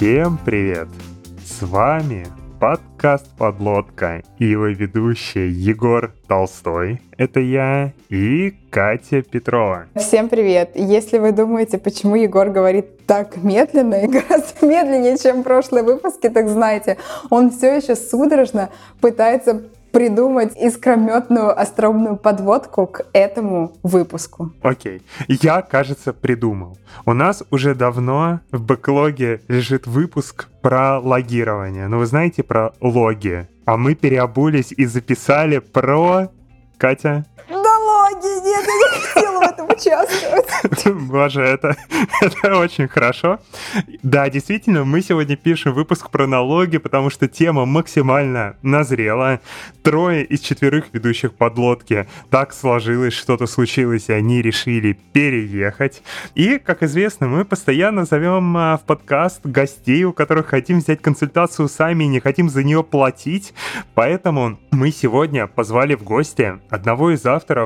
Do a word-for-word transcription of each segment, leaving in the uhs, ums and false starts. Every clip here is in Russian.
Всем привет! С вами подкаст «Подлодка» и его ведущие Егор Толстой, это я, и Катя Петрова. Всем привет! Если вы думаете, почему Егор говорит так медленно и гораздо медленнее, чем прошлые выпуски, так знаете, он все еще судорожно пытается придумать искрометную остроумную подводку к этому выпуску. Окей, я, кажется, придумал. У нас уже давно в бэклоге лежит выпуск про логирование. Ну, вы знаете про логи. А мы переобулись и записали про... Катя? Да логи! Нет, я не хотела в этом участвовать. Боже, это, это очень хорошо. Да, действительно, мы сегодня пишем выпуск про налоги, потому что тема максимально назрела. Трое из четверых ведущих подлодки так сложилось, что-то случилось, и они решили переехать. И, как известно, мы постоянно зовем в подкаст гостей, у которых хотим взять консультацию сами и не хотим за нее платить. Поэтому мы сегодня позвали в гости одного из авторов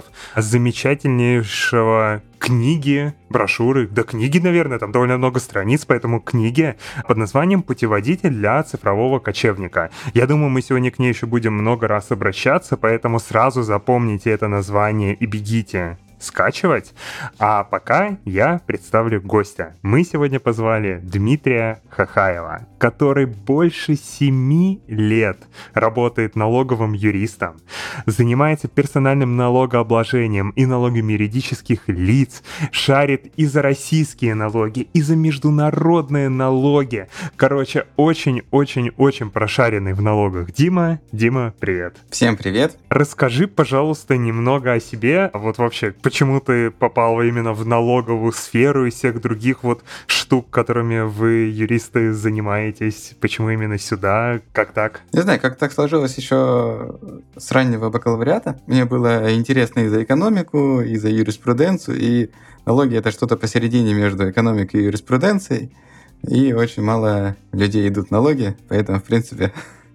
замечательнейшего книги, брошюры, да книги, наверное, там довольно много страниц, поэтому книги под названием «Путеводитель для цифрового кочевника». Я думаю, мы сегодня к ней еще будем много раз обращаться, поэтому сразу запомните это название и бегите скачивать. А пока я представлю гостя. Мы сегодня позвали Дмитрия Хохаева, который больше семи лет работает налоговым юристом, занимается персональным налогообложением и налогами юридических лиц, шарит и за российские налоги, и за международные налоги. Короче, очень-очень-очень прошаренный в налогах. Дима, Дима, привет. Всем привет. Расскажи, пожалуйста, немного о себе. Вот вообще, почему ты попал именно в налоговую сферу из всех других вот штук, которыми вы, юристы, занимаетесь? Почему именно сюда? Как так? Не знаю, как так сложилось еще с раннего бакалавриата. Мне было интересно и за экономику, и за юриспруденцию, и налоги — это что-то посередине между экономикой и юриспруденцией, и очень мало людей идут в налоги, поэтому, в принципе...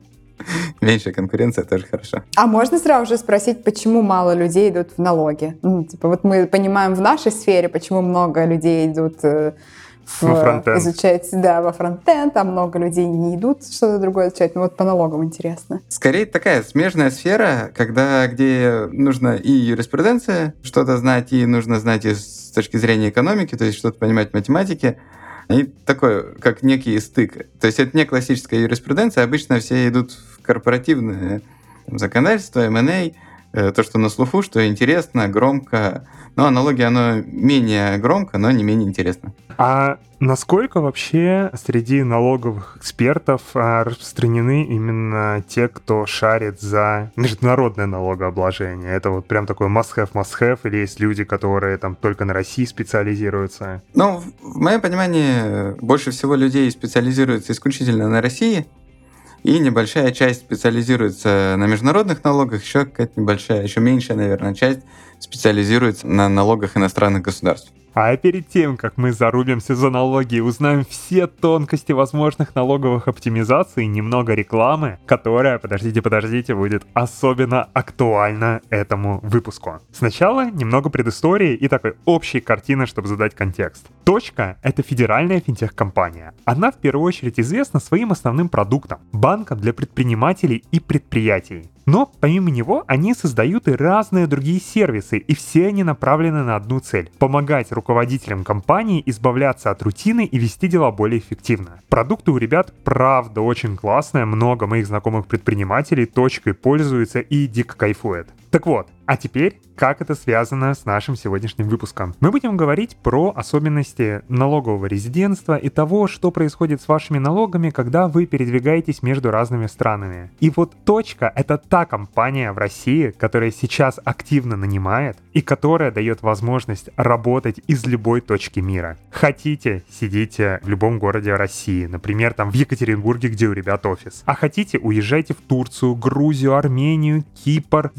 Меньшая конкуренция тоже хорошо. А можно сразу же спросить, почему мало людей идут в налоги? Ну, типа, вот мы понимаем в нашей сфере, почему много людей идут э, в, изучать, да, во фронтенд, а много людей не идут что-то другое изучать. Ну вот по налогам интересно. Скорее такая смежная сфера, когда где нужно и юриспруденция что-то знать, и нужно знать и с точки зрения экономики, то есть что-то понимать в математике. И такое, как некий стык. То есть это не классическая юриспруденция, обычно все идут в корпоративное там, законодательство, эм энд эй, э, то, что на слуху, что интересно, громко. Но налоги, оно менее громко, но не менее интересно. А насколько вообще среди налоговых экспертов распространены именно те, кто шарит за международное налогообложение? Это вот прям такой must-have, must-have, или есть люди, которые там только на России специализируются? Ну, в моем понимании, больше всего людей специализируется исключительно на России, и небольшая часть специализируется на международных налогах, еще какая-то небольшая, еще меньшая, наверное, часть специализируется на налогах иностранных государств. А перед тем, как мы зарубимся за налоги и узнаем все тонкости возможных налоговых оптимизаций, немного рекламы, которая, подождите, подождите, будет особенно актуальна этому выпуску. Сначала немного предыстории и такой общей картины, чтобы задать контекст. Точка — это федеральная финтех-компания. Она в первую очередь известна своим основным продуктом — банком для предпринимателей и предприятий. Но помимо него они создают и разные другие сервисы, и все они направлены на одну цель — помогать руководителям компании избавляться от рутины и вести дела более эффективно. Продукты у ребят правда очень классные, много моих знакомых предпринимателей точкой пользуются и дико кайфуют. Так вот, а теперь, как это связано с нашим сегодняшним выпуском? Мы будем говорить про особенности налогового резидентства и того, что происходит с вашими налогами, когда вы передвигаетесь между разными странами. И вот Точка — это та компания в России, которая сейчас активно нанимает и которая дает возможность работать из любой точки мира. Хотите — сидите в любом городе России, например, там в Екатеринбурге, где у ребят офис. А хотите — уезжайте в Турцию, Грузию, Армению, Кипр, я не знаю,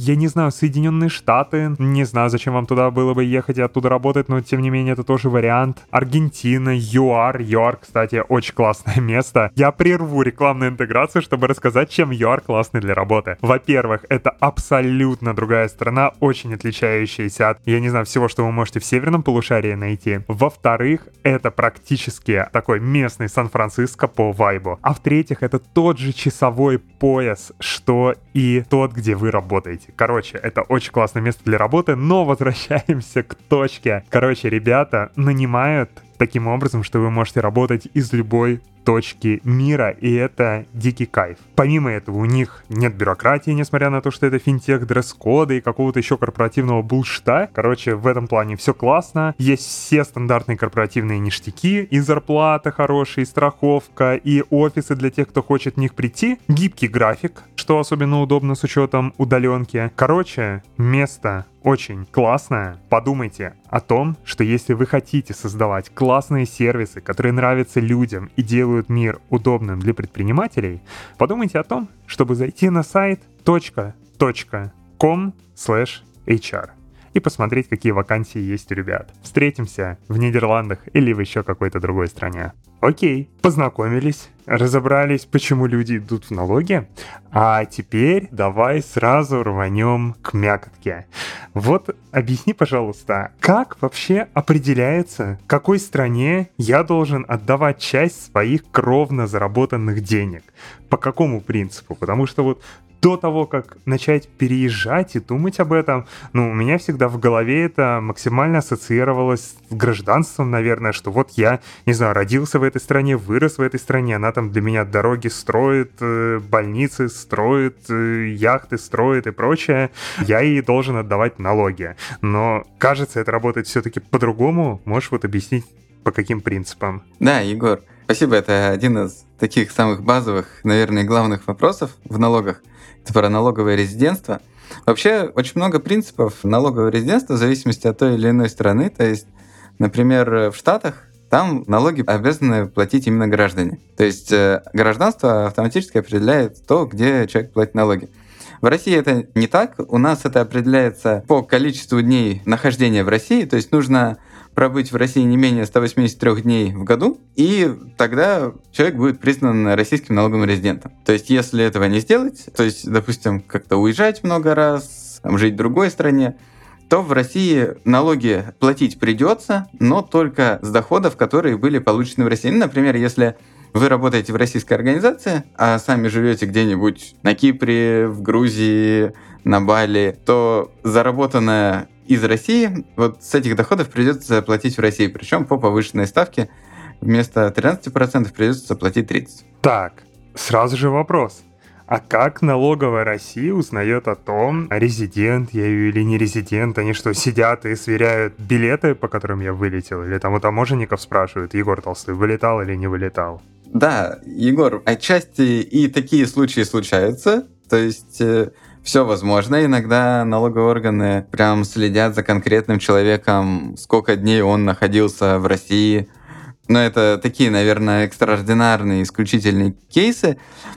знаю, Соединенные Штаты, не знаю, зачем вам туда было бы ехать и оттуда работать, но тем не менее это тоже вариант. Аргентина, ЮАР. ЮАР, кстати, очень классное место. Я прерву рекламную интеграцию, чтобы рассказать, чем ЮАР классный для работы. Во-первых, это абсолютно другая страна, очень отличающаяся от, я не знаю, всего, что вы можете в северном полушарии найти. Во-вторых, это практически такой местный Сан-Франциско по вайбу. А в-третьих, это тот же часовой пояс, что и тот, где вы работаете. Короче, это очень классное место для работы, но возвращаемся к точке. Короче, ребята нанимают таким образом, что вы можете работать из любой точки мира, и это дикий кайф. Помимо этого, у них нет бюрократии, несмотря на то, что это финтех, дресс-коды и какого-то еще корпоративного булшта. Короче, в этом плане все классно. Есть все стандартные корпоративные ништяки, и зарплата хорошая, и страховка, и офисы для тех, кто хочет в них прийти. Гибкий график, что особенно удобно с учетом удаленки. Короче, место очень классное. Подумайте о том, что если вы хотите создавать классные сервисы, которые нравятся людям и делают мир удобным для предпринимателей, подумайте о том, чтобы зайти на сайт точка точка ком слэш эйч ар и посмотреть, какие вакансии есть у ребят. Встретимся в Нидерландах или в еще какой-то другой стране. Окей, познакомились, разобрались, почему люди идут в налоги, а теперь давай сразу рванем к мякотке. Вот объясни, пожалуйста, как вообще определяется, какой стране я должен отдавать часть своих кровно заработанных денег? По какому принципу? Потому что вот до того, как начать переезжать и думать об этом, ну, у меня всегда в голове это максимально ассоциировалось с гражданством, наверное, что вот я, не знаю, родился в этой стране, вырос в этой стране, она там для меня дороги строит, больницы строит, яхты строит и прочее, я ей должен отдавать налоги. Но, кажется, это работает все-таки по-другому. Можешь вот объяснить, по каким принципам? Да, Егор, спасибо. Это один из таких самых базовых, наверное, главных вопросов в налогах. Это про налоговое резидентство. Вообще, очень много принципов налогового резидентства в зависимости от той или иной страны. То есть, например, в Штатах там налоги обязаны платить именно граждане. То есть гражданство автоматически определяет то, где человек платит налоги. В России это не так. У нас это определяется по количеству дней нахождения в России. То есть нужно пробыть в России не менее ста восьмидесяти трёх дней в году, и тогда человек будет признан российским налоговым резидентом. То есть если этого не сделать, то есть, допустим, как-то уезжать много раз, там, жить в другой стране, то в России налоги платить придется, но только с доходов, которые были получены в России. Ну, например, если вы работаете в российской организации, а сами живете где-нибудь на Кипре, в Грузии, на Бали, то заработанное из России, вот с этих доходов придется платить в России, причем по повышенной ставке вместо тринадцати процентов придется платить тридцать процентов. Так, сразу же вопрос. А как налоговая Россия узнает о том, резидент я или не резидент? Они что, сидят и сверяют билеты, по которым я вылетел? Или там у таможенников спрашивают, Егор Толстой, вылетал или не вылетал? Да, Егор, отчасти и такие случаи случаются. То есть э, все возможно. Иногда налоговые органы прям следят за конкретным человеком, сколько дней он находился в России. Но это такие, наверное, экстраординарные, исключительные кейсы.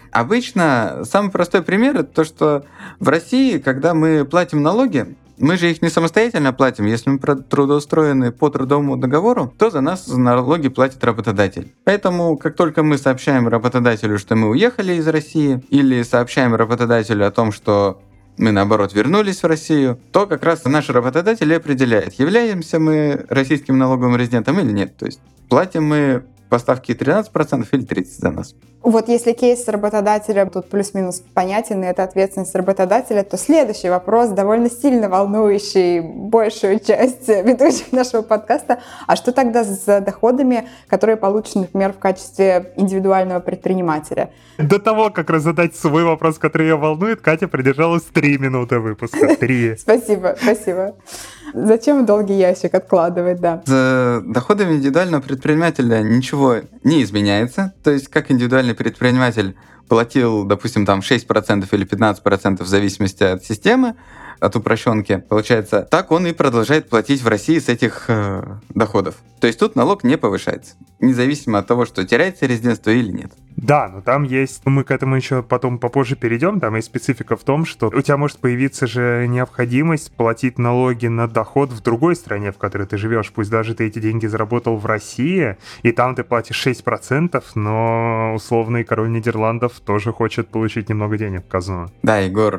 Обычно самый простой пример — это то, что в России, когда мы платим налоги, мы же их не самостоятельно платим. Если мы трудоустроены по трудовому договору, то за нас налоги платит работодатель. Поэтому, как только мы сообщаем работодателю, что мы уехали из России, или сообщаем работодателю о том, что мы, наоборот, вернулись в Россию, то как раз наш работодатель определяет, являемся мы российским налоговым резидентом или нет. То есть платим мы по ставке тринадцать процентов или тридцать процентов за нас. Вот если кейс с работодателем тут плюс-минус понятен, и это ответственность работодателя, то следующий вопрос, довольно сильно волнующий большую часть ведущих нашего подкаста. А что тогда с доходами, которые получены, например, в качестве индивидуального предпринимателя? До того, как раззадать свой вопрос, который ее волнует, Катя продержалась три минуты выпуска. Три. Спасибо, спасибо. Зачем в долгий ящик откладывать, да? С доходами индивидуального предпринимателя ничего не изменяется. То есть, как индивидуальный предприниматель платил, допустим, там шесть процентов или пятнадцать процентов в зависимости от системы, от упрощенки, получается, так он и продолжает платить в России с этих э, доходов. То есть тут налог не повышается, независимо от того, что теряется резидентство или нет. Да, но там есть, мы к этому еще потом попозже перейдем, там есть специфика в том, что у тебя может появиться же необходимость платить налоги на доход в другой стране, в которой ты живешь, пусть даже ты эти деньги заработал в России, и там ты платишь шесть процентов, но условный король Нидерландов тоже хочет получить немного денег в казну. Да, Егор,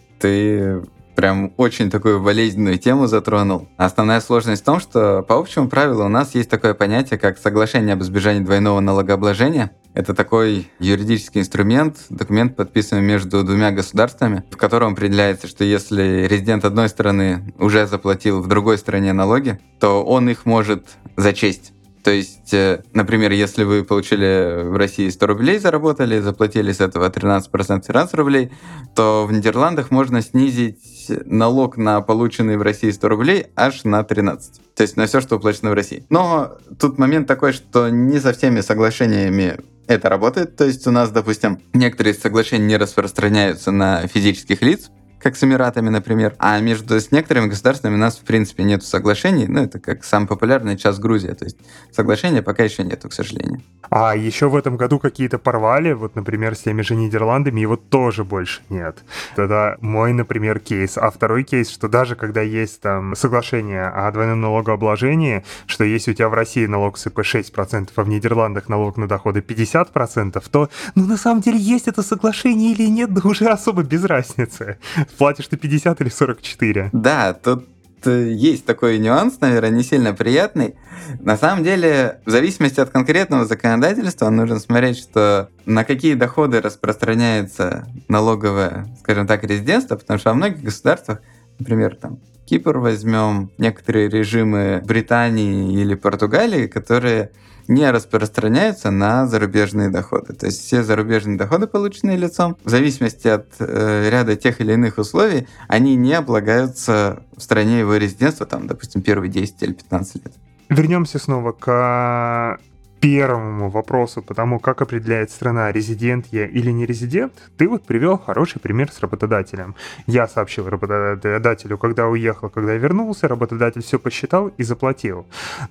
ты прям очень такую болезненную тему затронул. Основная сложность в том, что по общему правилу у нас есть такое понятие, как соглашение об избежании двойного налогообложения. Это такой юридический инструмент, документ, подписанный между двумя государствами, в котором определяется, что если резидент одной страны уже заплатил в другой стране налоги, то он их может зачесть. То есть, например, если вы получили в России сто рублей, заработали, заплатили с этого тринадцать процентов тринадцать рублей, то в Нидерландах можно снизить налог на полученные в России сто рублей аж на тринадцать. То есть на все, что уплачено в России. Но тут момент такой, что не со всеми соглашениями это работает. То есть у нас, допустим, некоторые соглашения не распространяются на физических лиц, как с Эмиратами, например. А между с некоторыми государствами у нас, в принципе, нет соглашений. Ну, это как самый популярный час Грузия. То есть соглашения пока еще нету, к сожалению. А еще в этом году какие-то порвали, вот, например, с теми же Нидерландами, его тоже больше нет. Это мой, например, кейс. А второй кейс, что даже когда есть там соглашение о двойном налогообложении, что если у тебя в России налог с ИП шесть процентов, а в Нидерландах налог на доходы пятьдесят процентов, то, ну, на самом деле, есть это соглашение или нет, да уже особо без разницы. Платишь ты пятьдесят или сорок четыре. Да, тут есть такой нюанс, наверное, не сильно приятный. На самом деле, в зависимости от конкретного законодательства, нужно смотреть, что на какие доходы распространяется налоговое, скажем так, резидентство, потому что во многих государствах, например, там Кипр возьмем, некоторые режимы Британии или Португалии, которые не распространяются на зарубежные доходы. То есть все зарубежные доходы, полученные лицом, в зависимости от э, ряда тех или иных условий, они не облагаются в стране его резидентства, там, допустим, первые десять или пятнадцать лет. Вернемся снова к первому вопросу по тому, как определяет страна, резидент я или не резидент. Ты вот привел хороший пример с работодателем. Я сообщил работодателю, когда уехал, когда вернулся, работодатель все посчитал и заплатил.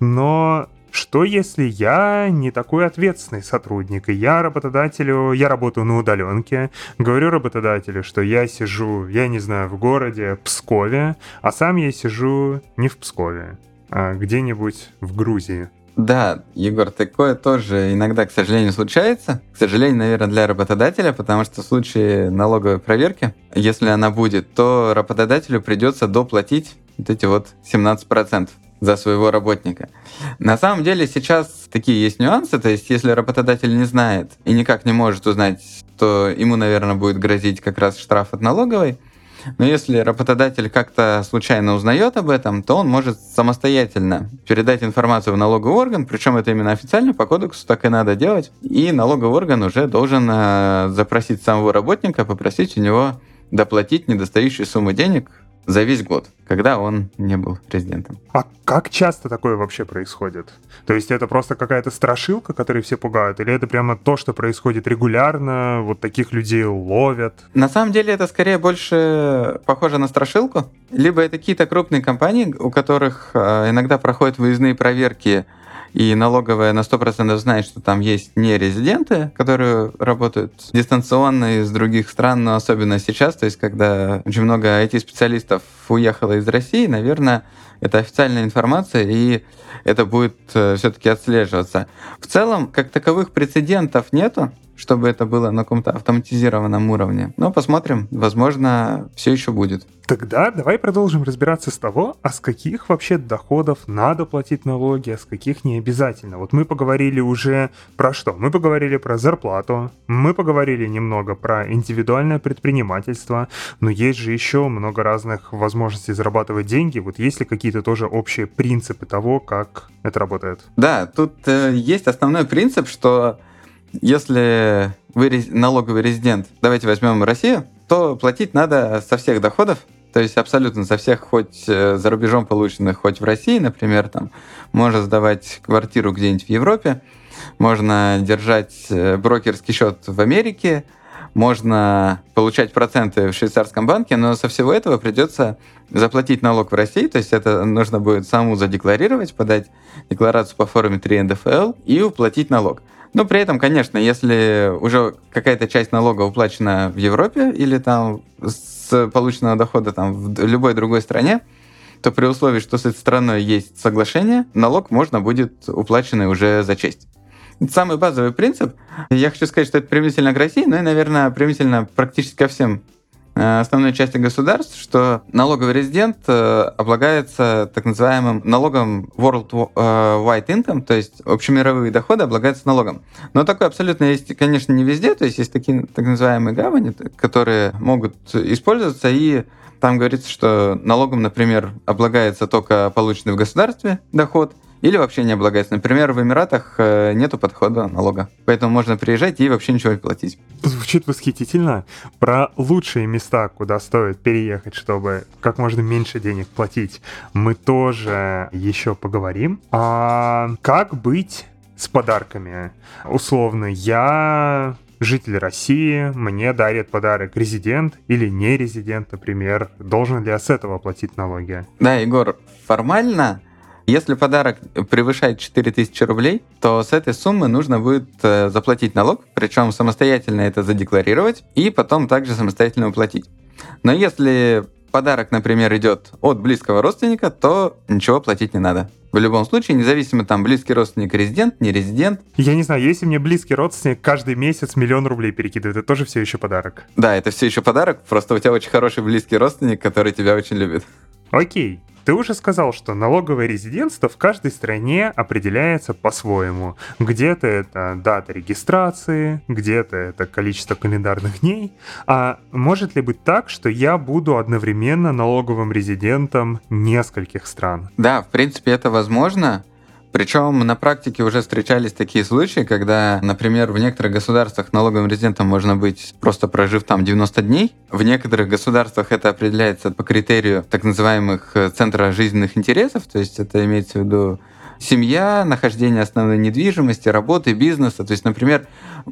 Но что если я не такой ответственный сотрудник, и я работодателю, я работаю на удаленке, говорю работодателю, что я сижу, я не знаю, в городе Пскове, а сам я сижу не в Пскове, а где-нибудь в Грузии. Да, Егор, такое тоже иногда, к сожалению, случается. К сожалению, наверное, для работодателя, потому что в случае налоговой проверки, если она будет, то работодателю придется доплатить вот эти вот семнадцать процентов за своего работника. На самом деле сейчас такие есть нюансы, то есть если работодатель не знает и никак не может узнать, то ему, наверное, будет грозить как раз штраф от налоговой. Но если работодатель как-то случайно узнает об этом, то он может самостоятельно передать информацию в налоговый орган, причем это именно официально, по кодексу так и надо делать, и налоговый орган уже должен э, запросить самого работника, попросить у него доплатить недостающую сумму денег за весь год, когда он не был резидентом. А как часто такое вообще происходит? То есть это просто какая-то страшилка, которой все пугают, или это прямо то, что происходит регулярно, вот таких людей ловят? На самом деле это скорее больше похоже на страшилку, либо это какие-то крупные компании, у которых э, иногда проходят выездные проверки, и налоговая на сто процентов знает, что там есть нерезиденты, которые работают дистанционно из других стран, но особенно сейчас, то есть когда очень много ай ти-специалистов уехало из России, наверное, это официальная информация, и это будет э, все-таки отслеживаться. В целом, как таковых прецедентов нету, чтобы это было на каком-то автоматизированном уровне. Но посмотрим, возможно, все еще будет. Тогда давай продолжим разбираться с того, а с каких вообще доходов надо платить налоги, а с каких не обязательно. Вот мы поговорили уже про что? Мы поговорили про зарплату, мы поговорили немного про индивидуальное предпринимательство, но есть же еще много разных возможностей зарабатывать деньги. Вот есть ли какие-то тоже общие принципы того, как это работает? Да, тут э, есть основной принцип, что если вы налоговый резидент, давайте возьмем Россию, то платить надо со всех доходов, то есть абсолютно со всех, хоть за рубежом полученных, хоть в России, например, там можно сдавать квартиру где-нибудь в Европе, можно держать брокерский счет в Америке, можно получать проценты в швейцарском банке, но со всего этого придется заплатить налог в России, то есть это нужно будет саму задекларировать, подать декларацию по форме три эн дэ эф эл и уплатить налог. Но при этом, конечно, если уже какая-то часть налога уплачена в Европе или там с полученного дохода там в любой другой стране, то при условии, что с этой страной есть соглашение, налог можно будет уплаченный уже зачесть. Это самый базовый принцип. Я хочу сказать, что это применительно к России, но и, наверное, применительно практически ко всем основной части государств, что налоговый резидент облагается так называемым налогом Worldwide Income, то есть общемировые доходы облагаются налогом. Но такое абсолютно есть, конечно, не везде, то есть есть такие так называемые гавани, которые могут использоваться, и там говорится, что налогом, например, облагается только полученный в государстве доход, или вообще не облагается. Например, в Эмиратах нету подхода налога. Поэтому можно приезжать и вообще ничего не платить. Звучит восхитительно. Про лучшие места, куда стоит переехать, чтобы как можно меньше денег платить, мы тоже еще поговорим. А как быть с подарками? Условно, я житель России, мне дарит подарок резидент или не резидент, например. Должен ли я с этого платить налоги? Да, Егор, формально, если подарок превышает четыре тысячи рублей, то с этой суммы нужно будет э, заплатить налог, причем самостоятельно это задекларировать и потом также самостоятельно уплатить. Но если подарок, например, идет от близкого родственника, то ничего платить не надо. В любом случае, независимо там близкий родственник резидент, не резидент. Я не знаю, если мне близкий родственник каждый месяц миллион рублей перекидывает, это тоже все еще подарок. Да, это все еще подарок, просто у тебя очень хороший близкий родственник, который тебя очень любит. Окей. Ты уже сказал, что налоговое резидентство в каждой стране определяется по-своему. Где-то это дата регистрации, где-то это количество календарных дней. А может ли быть так, что я буду одновременно налоговым резидентом нескольких стран? Да, в принципе, это возможно. Причем на практике уже встречались такие случаи, когда, например, в некоторых государствах налоговым резидентом можно быть, просто прожив там девяносто дней. В некоторых государствах это определяется по критерию так называемых центра жизненных интересов, то есть это имеется в виду семья, нахождение основной недвижимости, работы, бизнеса. То есть, например,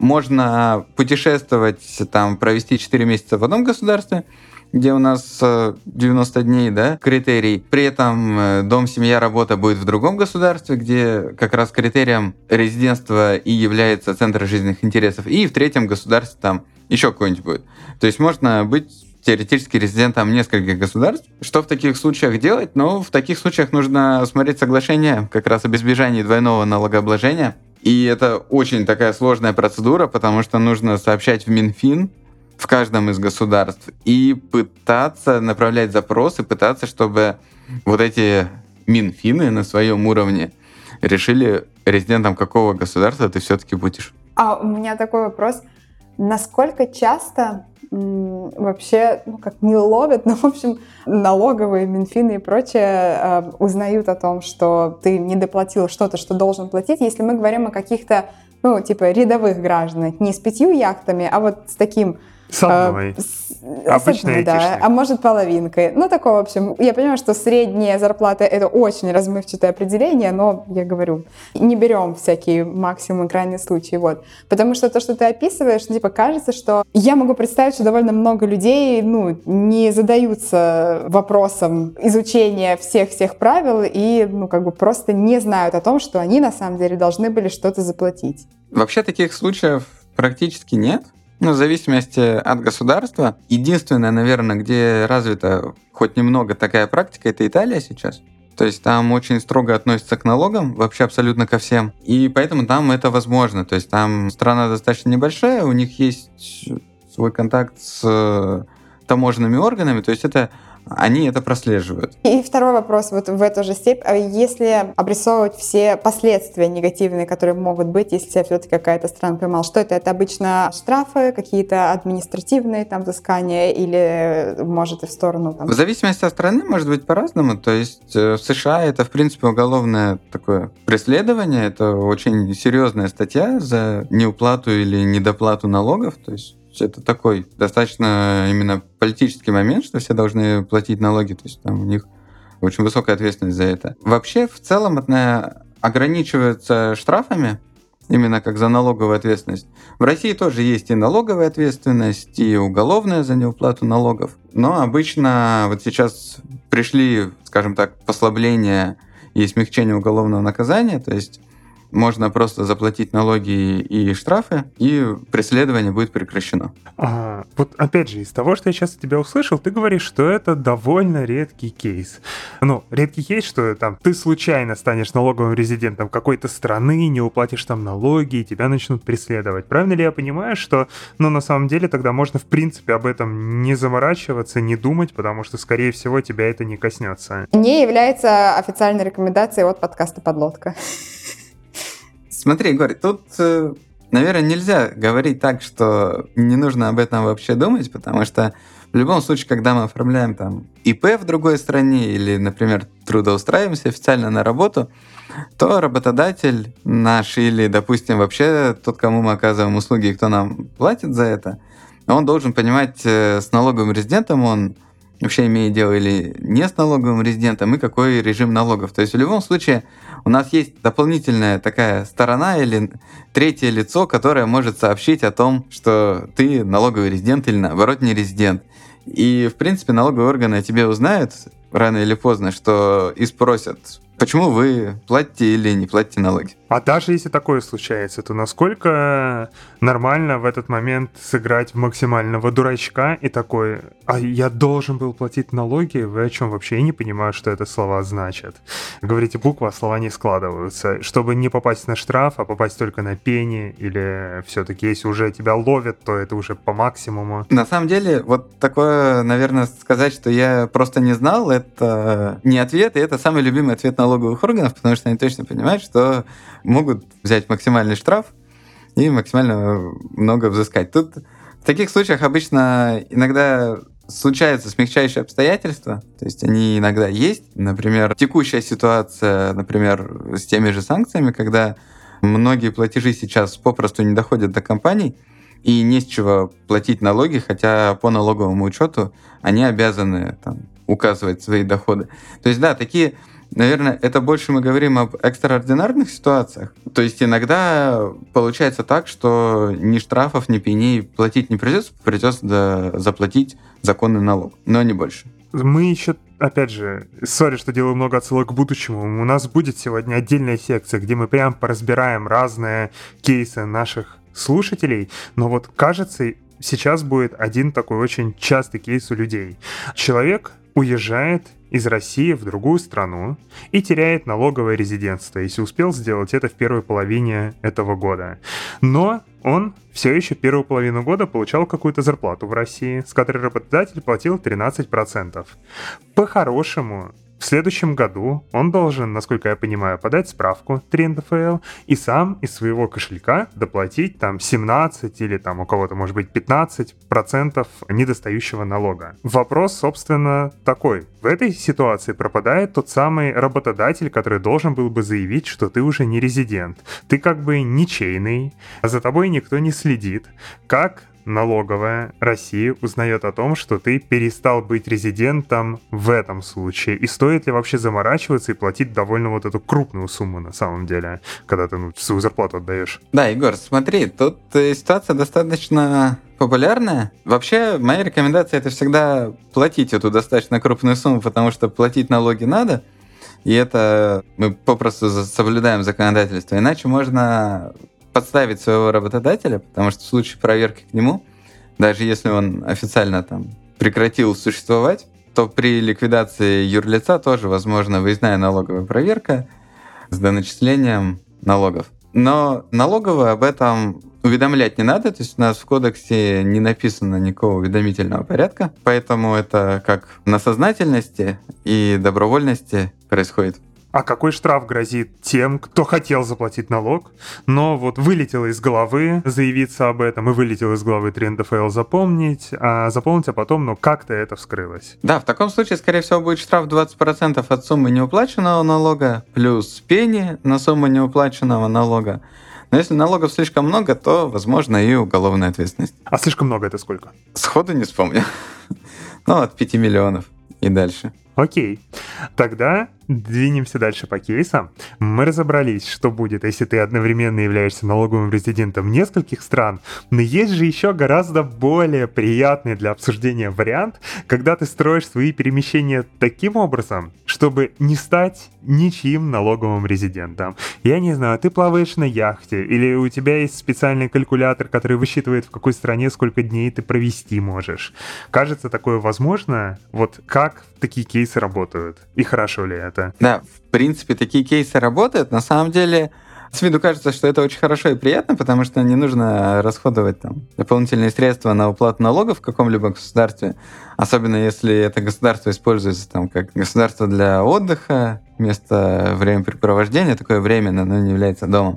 можно путешествовать, там, провести четыре месяца в одном государстве, где у нас девяносто дней, да, критерий. При этом дом, семья, работа будет в другом государстве, где как раз критерием резидентства и является центр жизненных интересов. И в третьем государстве там еще какой-нибудь будет. То есть можно быть теоретически резидентом нескольких государств. Что в таких случаях делать? Ну, в таких случаях нужно смотреть соглашение как раз об избежании двойного налогообложения. И это очень такая сложная процедура, потому что нужно сообщать в Минфин в каждом из государств и пытаться направлять запросы, пытаться, чтобы вот эти Минфины на своем уровне решили, резидентом какого государства ты все-таки будешь. А у меня такой вопрос. Насколько часто м, вообще, ну как не ловят, но в общем налоговые, Минфины и прочее э, узнают о том, что ты не доплатил что-то, что должен платить, если мы говорим о каких-то, ну типа рядовых гражданах, не с пятью яхтами, а вот с таким... С одной. А, с, Обычной, одной, да, а может половинкой. Ну, такое, в общем, я понимаю, что средняя зарплата — это очень размывчатое определение, но, я говорю, не берем всякие максимум крайние случаи, вот. Потому что то, что ты описываешь, типа, кажется, что я могу представить, что довольно много людей, ну, не задаются вопросом изучения всех-всех правил и, ну, как бы просто не знают о том, что они, на самом деле, должны были что-то заплатить. Вообще таких случаев практически нет. Ну, в зависимости от государства. Единственное, наверное, где развита хоть немного такая практика, это Италия сейчас. То есть там очень строго относятся к налогам, вообще абсолютно ко всем. И поэтому там это возможно. То есть там страна достаточно небольшая, у них есть свой контакт с таможенными органами. То есть это они это прослеживают. И второй вопрос вот в эту же степь. Если обрисовывать все последствия негативные, которые могут быть, если тебя все-таки какая-то страна поймала, что это? Это обычно штрафы, какие-то административные там взыскания или может и в сторону там... В зависимости от страны может быть по-разному. То есть в США это, в принципе, уголовное такое преследование. Это очень серьезная статья за неуплату или недоплату налогов. То есть это такой достаточно именно политический момент, что все должны платить налоги, то есть там у них очень высокая ответственность за это. Вообще, в целом, это ограничивается штрафами, именно как за налоговую ответственность. В России тоже есть и налоговая ответственность, и уголовная за неуплату налогов. Но обычно вот сейчас пришли, скажем так, послабления и смягчение уголовного наказания, то есть можно просто заплатить налоги и штрафы, и преследование будет прекращено. А, вот опять же, из того, что я сейчас от тебя услышал, ты говоришь, что это довольно редкий кейс. Ну, редкий кейс, что там ты случайно станешь налоговым резидентом какой-то страны, не уплатишь там налоги, и тебя начнут преследовать. Правильно ли я понимаю, что, ну, на самом деле тогда можно, в принципе, об этом не заморачиваться, не думать, потому что, скорее всего, тебя это не коснется? Не является официальной рекомендацией от подкаста «Подлодка». Смотри, Егор, тут, наверное, нельзя говорить так, что не нужно об этом вообще думать, потому что в любом случае, когда мы оформляем там ИП в другой стране или, например, трудоустраиваемся официально на работу, то работодатель наш или, допустим, вообще тот, кому мы оказываем услуги и кто нам платит за это, он должен понимать, с налоговым резидентом он вообще имеет дело или не с налоговым резидентом, и какой режим налогов. То есть в любом случае у нас есть дополнительная такая сторона или третье лицо, которое может сообщить о том, что ты налоговый резидент или наоборот не резидент. И в принципе налоговые органы о тебе узнают рано или поздно, что и спросят, почему вы платите или не платите налоги. А даже если такое случается, то насколько нормально в этот момент сыграть в максимального дурачка и такой, а я должен был платить налоги? Вы о чем вообще? Я не понимаю, что это слова значат. Говорите буквы, а слова не складываются. Чтобы не попасть на штраф, а попасть только на пени, или все-таки если уже тебя ловят, то это уже по максимуму? На самом деле, вот такое, наверное, сказать, что я просто не знал, это не ответ, и это самый любимый ответ налоговых органов, потому что они точно понимают, что могут взять максимальный штраф и максимально много взыскать. Тут в таких случаях обычно иногда случаются смягчающие обстоятельства, то есть они иногда есть. Например, текущая ситуация, например, с теми же санкциями, когда многие платежи сейчас попросту не доходят до компаний, и не с чего платить налоги, хотя по налоговому учету они обязаны там указывать свои доходы. То есть да, такие... Наверное, это больше мы говорим об экстраординарных ситуациях. То есть иногда получается так, что ни штрафов, ни пеней платить не придется, придется заплатить законный налог, но не больше. Мы еще, опять же, сори, что делаю много отсылок к будущему, у нас будет сегодня отдельная секция, где мы прям поразбираем разные кейсы наших слушателей, но вот кажется, сейчас будет один такой очень частый кейс у людей. Человек уезжает из России в другую страну и теряет налоговое резидентство, если успел сделать это в первой половине этого года. Но он все еще первую половину года получал какую-то зарплату в России, с которой работодатель платил тринадцать процентов. По-хорошему, в следующем году он должен, насколько я понимаю, подать справку три эн дэ эф эл и сам из своего кошелька доплатить там семнадцать или там у кого-то может быть пятнадцать процентов недостающего налога. Вопрос, собственно, такой. В этой ситуации пропадает тот самый работодатель, который должен был бы заявить, что ты уже не резидент. Ты как бы ничейный, а за тобой никто не следит. Как налоговая России узнает о том, что ты перестал быть резидентом в этом случае? И стоит ли вообще заморачиваться и платить довольно вот эту крупную сумму на самом деле, когда ты ну, свою зарплату отдаешь? Да, Егор, смотри, тут ситуация достаточно популярная. Вообще, моя рекомендация — это всегда платить эту достаточно крупную сумму, потому что платить налоги надо, и это мы попросту соблюдаем законодательство. Иначе можно подставить своего работодателя, потому что в случае проверки к нему, даже если он официально там прекратил существовать, то при ликвидации юрлица тоже возможна выездная налоговая проверка с доначислением налогов. Но налоговую об этом уведомлять не надо, то есть у нас в кодексе не написано никакого уведомительного порядка, поэтому это как на сознательности и добровольности происходит. А какой штраф грозит тем, кто хотел заплатить налог, но вот вылетело из головы заявиться об этом и вылетело из головы три эн дэ эф эл запомнить, а запомнить, а потом, ну, как-то это вскрылось? Да, в таком случае, скорее всего, будет штраф двадцать процентов от суммы неуплаченного налога плюс пени на сумму неуплаченного налога. Но если налогов слишком много, то, возможно, и уголовная ответственность. А слишком много это сколько? Сходу не вспомню. Ну, от пяти миллионов и дальше. Окей. Тогда двинемся дальше по кейсам. Мы разобрались, что будет, если ты одновременно являешься налоговым резидентом нескольких стран, но есть же еще гораздо более приятный для обсуждения вариант, когда ты строишь свои перемещения таким образом, чтобы не стать ничьим налоговым резидентом. Я не знаю, ты плаваешь на яхте, или у тебя есть специальный калькулятор, который высчитывает, в какой стране сколько дней ты провести можешь. Кажется, такое возможно? Вот как такие кейсы работают? И хорошо ли это? Да, в принципе, такие кейсы работают. На самом деле, с виду кажется, что это очень хорошо и приятно, потому что не нужно расходовать там дополнительные средства на уплату налогов в каком-либо государстве, особенно если это государство используется там как государство для отдыха, место времяпрепровождения, такое временное, но не является домом.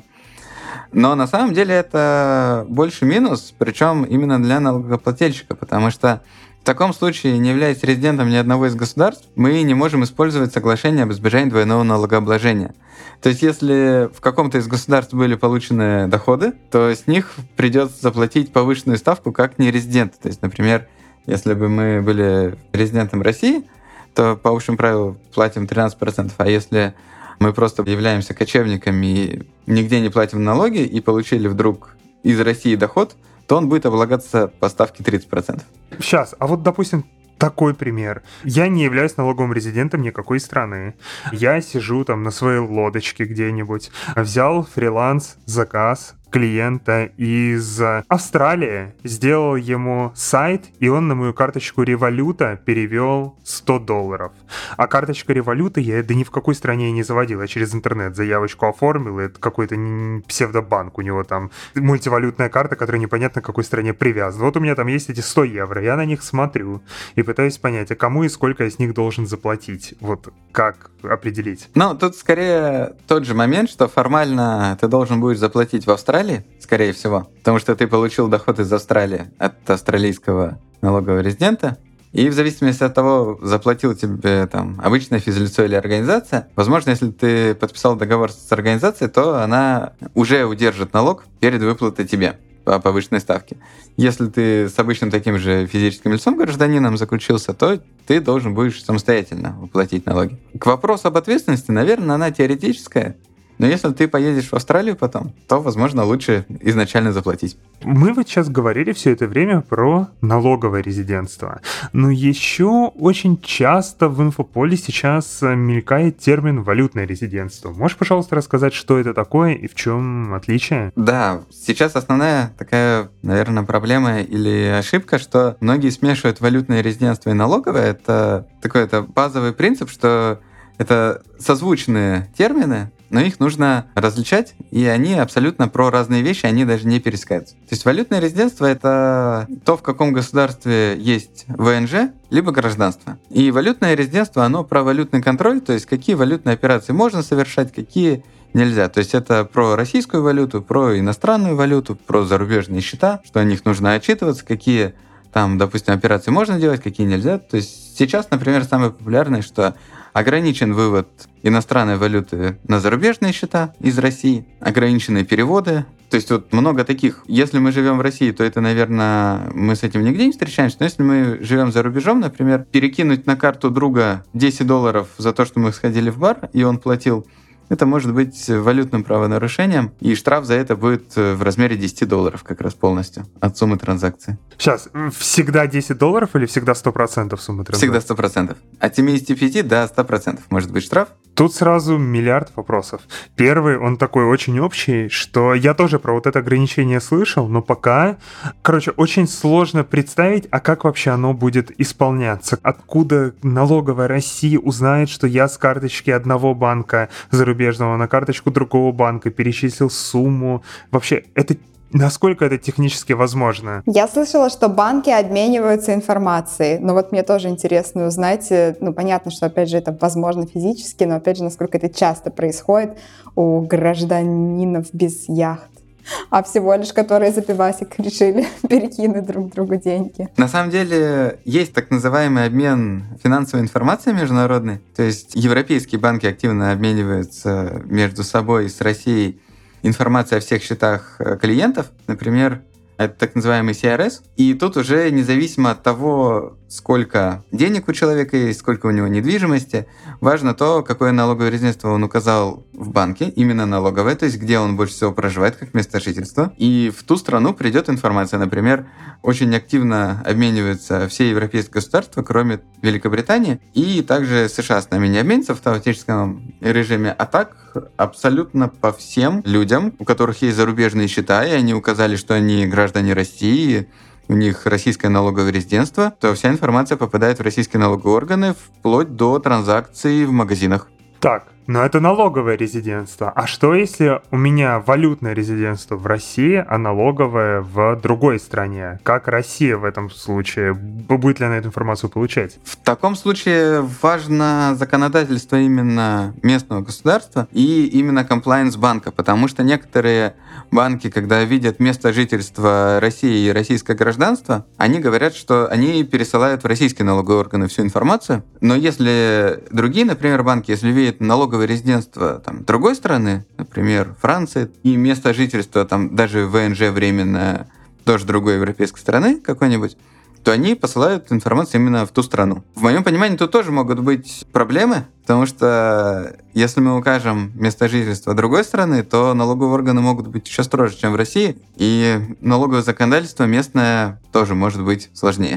Но на самом деле это больше минус, причем именно для налогоплательщика, потому что в таком случае, не являясь резидентом ни одного из государств, мы не можем использовать соглашение об избежании двойного налогообложения. То есть, если в каком-то из государств были получены доходы, то с них придется заплатить повышенную ставку как нерезидент. То есть, например, если бы мы были резидентом России, то по общему правилу платим тринадцать процентов, а если мы просто являемся кочевниками и нигде не платим налоги и получили вдруг из России доход, то он будет облагаться по ставке тридцать процентов. Сейчас, а вот, допустим, такой пример. Я не являюсь налоговым резидентом никакой страны. Я сижу там на своей лодочке где-нибудь, взял фриланс, заказ клиента из Австралии, сделал ему сайт, и он на мою карточку Революта перевел сто долларов. А карточка Революта я да ни в какой стране не заводил, я через интернет заявочку оформил, и это какой-то псевдобанк, у него там мультивалютная карта, которая непонятно к какой стране привязана. Вот у меня там есть эти сто евро, я на них смотрю и пытаюсь понять, а кому и сколько я с них должен заплатить. Вот как определить? Ну, тут скорее тот же момент, что формально ты должен будешь заплатить в Австралии, скорее всего, потому что ты получил доход из Австралии от австралийского налогового резидента, и в зависимости от того, заплатил тебе там обычное физлицо или организация, возможно, если ты подписал договор с организацией, то она уже удержит налог перед выплатой тебе по повышенной ставке. Если ты с обычным таким же физическим лицом, гражданином, заключился, то ты должен будешь самостоятельно уплатить налоги. К вопросу об ответственности, наверное, она теоретическая, но если ты поедешь в Австралию потом, то, возможно, лучше изначально заплатить. Мы вот сейчас говорили все это время про налоговое резидентство. Но еще очень часто в инфополе сейчас мелькает термин «валютное резидентство». Можешь, пожалуйста, рассказать, что это такое и в чем отличие? Да, сейчас основная такая, наверное, проблема или ошибка, что многие смешивают валютное резидентство и налоговое. Это такой это базовый принцип, что это созвучные термины, но их нужно различать, и они абсолютно про разные вещи, они даже не пересекаются. То есть валютное резидентство — это то, в каком государстве есть вэ эн жэ, либо гражданство. И валютное резидентство, оно про валютный контроль, то есть какие валютные операции можно совершать, какие нельзя. То есть это про российскую валюту, про иностранную валюту, про зарубежные счета, что о них нужно отчитываться, какие там, допустим, операции можно делать, какие нельзя. То есть сейчас, например, самое популярное, что ограничен вывод иностранной валюты на зарубежные счета из России, ограниченные переводы. То есть вот много таких. Если мы живем в России, то это, наверное, мы с этим нигде не встречаемся. Но если мы живем за рубежом, например, перекинуть на карту друга десять долларов за то, что мы сходили в бар, и он платил, это может быть валютным правонарушением, и штраф за это будет в размере десять долларов как раз полностью от суммы транзакции. Сейчас, всегда десять долларов или всегда сто процентов суммы транзакции? Всегда сто процентов. От семидесяти пяти до ста процентов может быть штраф. Тут сразу миллиард вопросов. Первый, он такой очень общий, что я тоже про вот это ограничение слышал, но пока, короче, очень сложно представить, а как вообще оно будет исполняться. Откуда налоговая России узнает, что я с карточки одного банка зарубежного на карточку другого банка перечислил сумму. Вообще, это насколько это технически возможно? Я слышала, что банки обмениваются информацией. Но вот мне тоже интересно узнать, ну, понятно, что, опять же, это возможно физически, но, опять же, насколько это часто происходит у гражданинов без яхт, а всего лишь которые за пивасик решили перекинуть друг другу деньги. На самом деле есть так называемый обмен финансовой информацией международной. То есть европейские банки активно обмениваются между собой и с Россией информацией о всех счетах клиентов. Например, Это так называемый си ар эс. И тут уже независимо от того, сколько денег у человека есть, сколько у него недвижимости, важно то, какое налоговое резидентство он указал в банке, именно налоговое, то есть где он больше всего проживает, как место жительства. И в ту страну придет информация. Например, очень активно обмениваются все европейские государства, кроме Великобритании, и также США с нами не обменятся в автоматическом режиме, а так абсолютно по всем людям, у которых есть зарубежные счета, и они указали, что они граждане России, у них российское налоговое резидентство, то вся информация попадает в российские налоговые органы вплоть до транзакций в магазинах. Так, но это налоговое резидентство. А что, если у меня валютное резидентство в России, а налоговое в другой стране? Как Россия в этом случае? Будет ли она эту информацию получать? В таком случае важно законодательство именно местного государства и именно комплаенс банка, потому что некоторые банки, когда видят место жительства России и российское гражданство, они говорят, что они пересылают в российские налоговые органы всю информацию. Но если другие, например, банки, если видят налоговое резидентство там, другой страны, например, Франции, и место жительства там даже вэ эн жэ временно тоже другой европейской страны какой-нибудь, то они посылают информацию именно в ту страну. В моем понимании тут тоже могут быть проблемы, потому что если мы укажем место жительства другой страны, то налоговые органы могут быть еще строже, чем в России, и налоговое законодательство местное тоже может быть сложнее.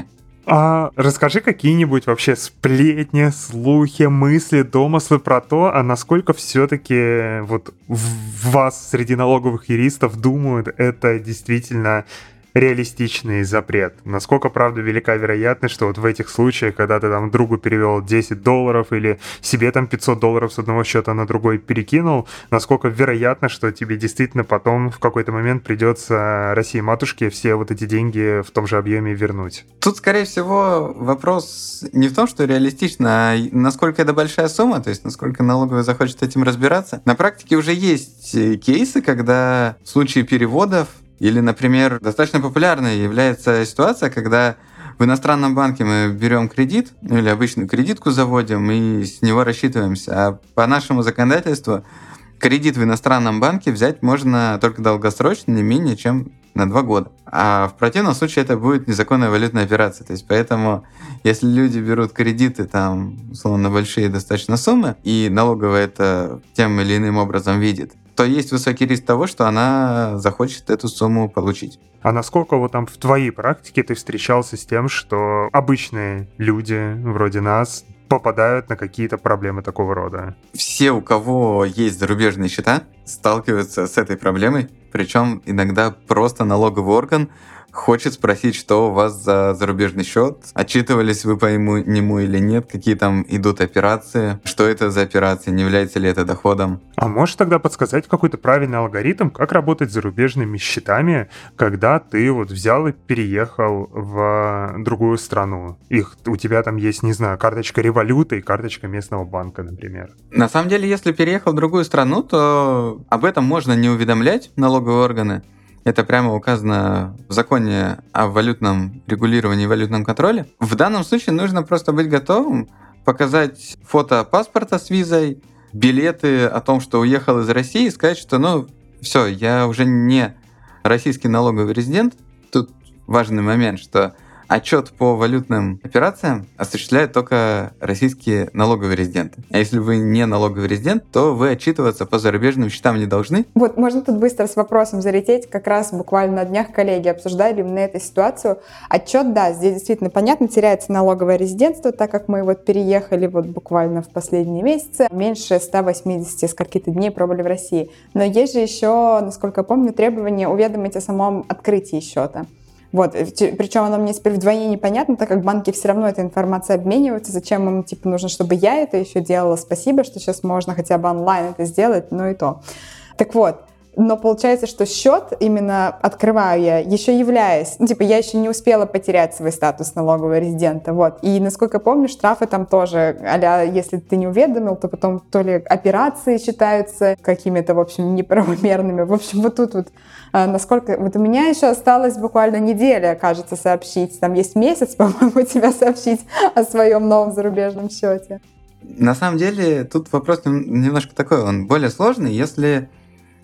А расскажи какие-нибудь вообще сплетни, слухи, мысли, домыслы про то, а насколько все-таки вот в вас среди налоговых юристов думают, это действительно реалистичный запрет. Насколько, правда, велика вероятность, что вот в этих случаях, когда ты там другу перевел десять долларов или себе там пятьсот долларов с одного счета на другой перекинул, насколько вероятно, что тебе действительно потом в какой-то момент придется России-матушке все вот эти деньги в том же объеме вернуть? Тут, скорее всего, вопрос не в том, что реалистично, а насколько это большая сумма, то есть насколько налоговый захочет этим разбираться. На практике уже есть кейсы, когда в случае переводов или, например, достаточно популярной является ситуация, когда в иностранном банке мы берем кредит, ну или обычную кредитку заводим и с него рассчитываемся. А по нашему законодательству кредит в иностранном банке взять можно только долгосрочно, не менее чем на два года. А в противном случае это будет незаконная валютная операция. То есть поэтому, если люди берут кредиты, там, условно, большие достаточно суммы, и налоговая это тем или иным образом видит, то есть высокий риск того, что она захочет эту сумму получить. А насколько вот там в твоей практике ты встречался с тем, что обычные люди вроде нас попадают на какие-то проблемы такого рода? Все, у кого есть зарубежные счета, сталкиваются с этой проблемой, причем иногда просто налоговый орган хочет спросить, что у вас за зарубежный счет, отчитывались вы по нему или нет, какие там идут операции, что это за операции, не является ли это доходом. А можешь тогда подсказать какой-то правильный алгоритм, как работать с зарубежными счетами, когда ты вот взял и переехал в другую страну? Их, у тебя там есть, не знаю, карточка Революта и карточка местного банка, например. На самом деле, если переехал в другую страну, то об этом можно не уведомлять налоговые органы. Это прямо указано в законе о валютном регулировании и валютном контроле. В данном случае нужно просто быть готовым, показать фото паспорта с визой, билеты о том, что уехал из России, и сказать, что ну все, я уже не российский налоговый резидент. Тут важный момент, что отчет по валютным операциям осуществляют только российские налоговые резиденты. А если вы не налоговый резидент, то вы отчитываться по зарубежным счетам не должны. Вот можно тут быстро с вопросом залететь. Как раз буквально на днях коллеги обсуждали именно эту ситуацию. Отчет, да, здесь действительно понятно, теряется налоговое резидентство, так как мы вот переехали вот буквально в последние месяцы. Меньше ста восьмидесяти скольки-то дней пробыли в России. Но есть же еще, насколько я помню, требование уведомить о самом открытии счета. Вот, причем оно мне теперь вдвойне непонятно, так как банки все равно этой информацией обмениваются. Зачем им, типа, нужно, чтобы я это еще делала? Спасибо, что сейчас можно хотя бы онлайн это сделать, ну и то. Так вот, но получается, что счет именно открываю я, еще являясь, ну, типа, я еще не успела потерять свой статус налогового резидента, вот. И, насколько я помню, штрафы там тоже, а-ля, если ты не уведомил, то потом то ли операции считаются какими-то, в общем, неправомерными. В общем, вот тут вот, а, насколько... Вот у меня еще осталась буквально неделя, кажется, сообщить. Там есть месяц, по-моему, тебя сообщить о своем новом зарубежном счете. На самом деле, тут вопрос немножко такой, он более сложный. Если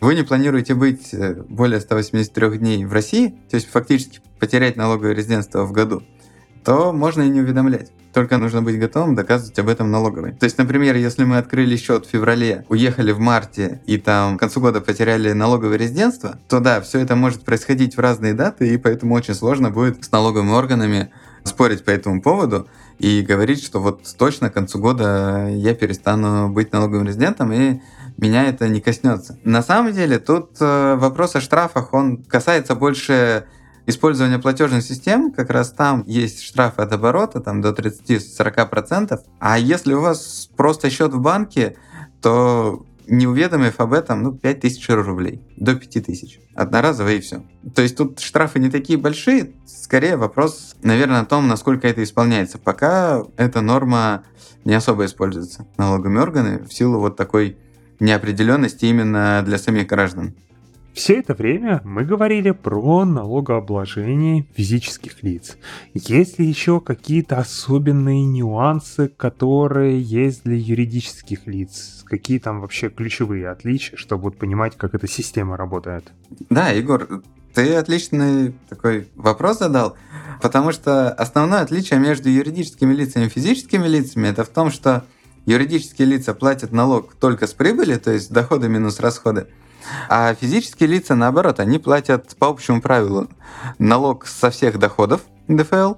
вы не планируете быть более ста восьмидесяти трёх дней в России, то есть фактически потерять налоговое резидентство в году, то можно и не уведомлять. Только нужно быть готовым доказывать об этом налоговой. То есть, например, если мы открыли счет в феврале, уехали в марте и там к концу года потеряли налоговое резидентство, то да, все это может происходить в разные даты, и поэтому очень сложно будет с налоговыми органами спорить по этому поводу и говорить, что вот точно к концу года я перестану быть налоговым резидентом, и меня это не коснется. На самом деле, тут вопрос о штрафах, он касается больше использование платежных систем, как раз там есть штрафы от оборота, там до тридцать-сорок процентов. А если у вас просто счет в банке, то не уведомив об этом, ну, пять тысяч рублей, до пяти тысяч. Одноразово и все. То есть тут штрафы не такие большие, скорее вопрос, наверное, о том, насколько это исполняется. Пока эта норма не особо используется налоговыми органами в силу вот такой неопределенности именно для самих граждан. Все это время мы говорили про налогообложение физических лиц. Есть ли еще какие-то особенные нюансы, которые есть для юридических лиц? Какие там вообще ключевые отличия, чтобы вот понимать, как эта система работает? Да, Егор, ты отличный такой вопрос задал, потому что основное отличие между юридическими лицами и физическими лицами это в том, что юридические лица платят налог только с прибыли, то есть доходы минус расходы, а физические лица, наоборот, они платят по общему правилу налог со всех доходов эн дэ эф эл,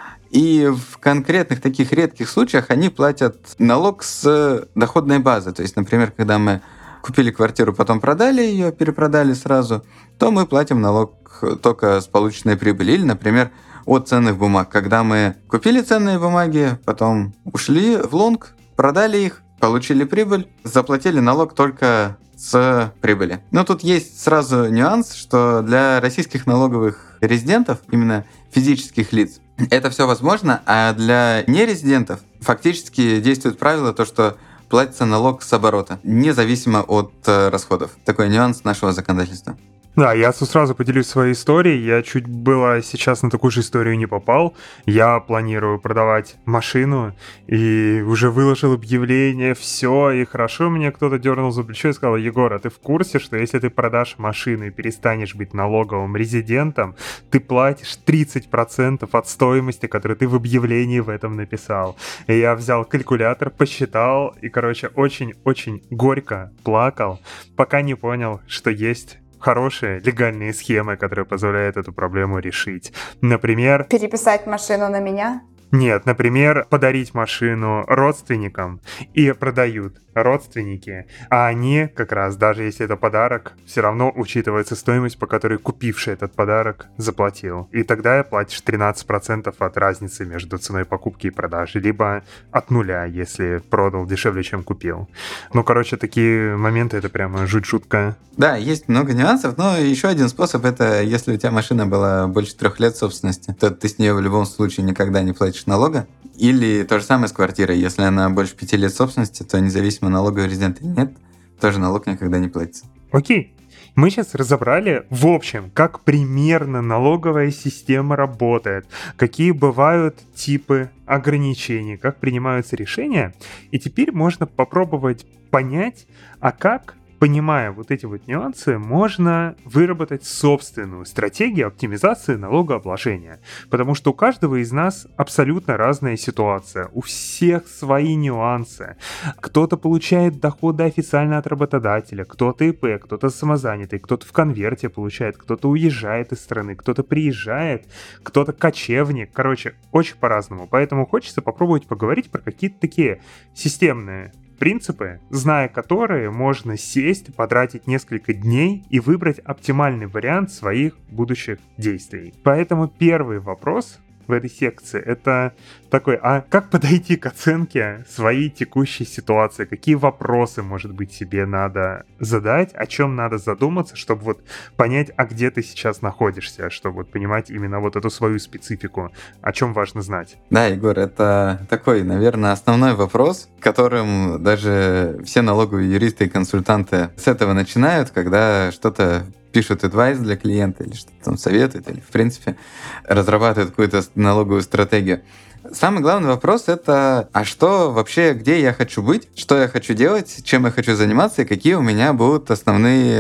и в конкретных таких редких случаях они платят налог с доходной базы. То есть, например, когда мы купили квартиру, потом продали ее, перепродали сразу, то мы платим налог только с полученной прибыли. Или, например, от ценных бумаг. Когда мы купили ценные бумаги, потом ушли в лонг, продали их, получили прибыль, заплатили налог только с прибыли. Но тут есть сразу нюанс, что для российских налоговых резидентов, именно физических лиц, это все возможно, а для нерезидентов фактически действует правило то, что платится налог с оборота, независимо от э, расходов. Такой нюанс нашего законодательства. Да, я сразу поделюсь своей историей. Я чуть было сейчас на такую же историю не попал. Я планирую продавать машину и уже выложил объявление, все, и хорошо мне кто-то дернул за плечо и сказал: Егор, а ты в курсе, что если ты продашь машину и перестанешь быть налоговым резидентом, ты платишь тридцать процентов от стоимости, которую ты в объявлении в этом написал? И я взял калькулятор, посчитал и, короче, очень-очень горько плакал, пока не понял, что есть хорошие легальные схемы, которые позволяют эту проблему решить. Например... Переписать машину на меня? Нет, например, подарить машину родственникам, и продают родственники, а они как раз, даже если это подарок, все равно учитывается стоимость, по которой купивший этот подарок заплатил. И тогда платишь тринадцать процентов от разницы между ценой покупки и продажи, либо от нуля, если продал дешевле, чем купил. Ну, короче, такие моменты, это прямо жуть жутко. Да, есть много нюансов, но еще один способ — это если у тебя машина была больше трех лет собственности, то ты с нее в любом случае никогда не платишь налога. Или то же самое с квартирой. Если она больше пяти лет собственности, то независимо, налоговый резидент или нет, тоже налог никогда не платится. Окей. Мы сейчас разобрали, в общем, как примерно налоговая система работает, какие бывают типы ограничений, как принимаются решения. И теперь можно попробовать понять, а как, понимая вот эти вот нюансы, можно выработать собственную стратегию оптимизации налогообложения. Потому что у каждого из нас абсолютно разная ситуация. У всех свои нюансы. Кто-то получает доходы официально от работодателя, кто-то ИП, кто-то самозанятый, кто-то в конверте получает, кто-то уезжает из страны, кто-то приезжает, кто-то кочевник. Короче, очень по-разному. Поэтому хочется попробовать поговорить про какие-то такие системные принципы, зная которые, можно сесть, потратить несколько дней и выбрать оптимальный вариант своих будущих действий. Поэтому первый вопрос в этой секции — это такой: а как подойти к оценке своей текущей ситуации? Какие вопросы, может быть, себе надо задать, о чем надо задуматься, чтобы вот понять, а где ты сейчас находишься, чтобы вот понимать именно вот эту свою специфику, о чем важно знать? Да, Егор, это такой, наверное, основной вопрос, которым даже все налоговые юристы и консультанты с этого начинают, когда что-то пишут адвайс для клиента или что-то там советуют, или, в принципе, разрабатывают какую-то налоговую стратегию. Самый главный вопрос — это: а что вообще, где я хочу быть, что я хочу делать, чем я хочу заниматься и какие у меня будут основные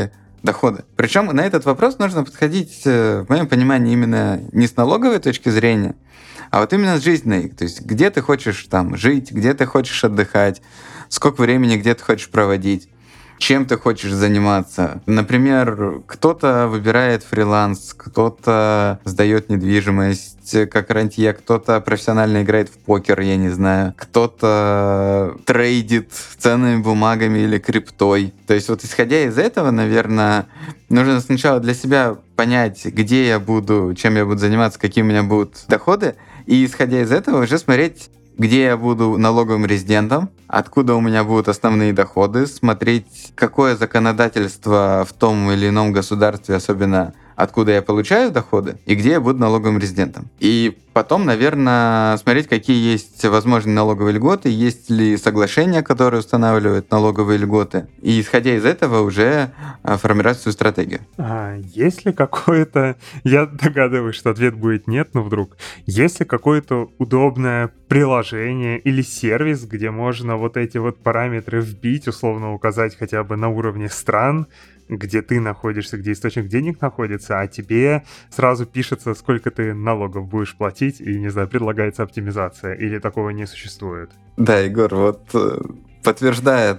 доходы. Причем на этот вопрос нужно подходить, в моем понимании, именно не с налоговой точки зрения, а вот именно с жизненной. То есть где ты хочешь там жить, где ты хочешь отдыхать, сколько времени где ты хочешь проводить, чем ты хочешь заниматься. Например, кто-то выбирает фриланс, кто-то сдает недвижимость как рантье, кто-то профессионально играет в покер, я не знаю, кто-то трейдит ценными бумагами или криптой. То есть вот исходя из этого, наверное, нужно сначала для себя понять, где я буду, чем я буду заниматься, какие у меня будут доходы, и исходя из этого уже смотреть, где я буду налоговым резидентом, откуда у меня будут основные доходы, смотреть, какое законодательство в том или ином государстве, особенно откуда я получаю доходы, и где я буду налоговым резидентом. И потом, наверное, смотреть, какие есть возможные налоговые льготы, есть ли соглашения, которые устанавливают налоговые льготы, и, исходя из этого, уже формировать свою стратегию. А есть ли какое-то, я догадываюсь, что ответ будет нет, но вдруг, есть ли какое-то удобное приложение или сервис, где можно вот эти вот параметры вбить, условно указать хотя бы на уровне стран, где ты находишься, где источник денег находится, а тебе сразу пишется, сколько ты налогов будешь платить, и, не знаю, предлагается оптимизация, или такого не существует? Да, Егор, вот подтверждает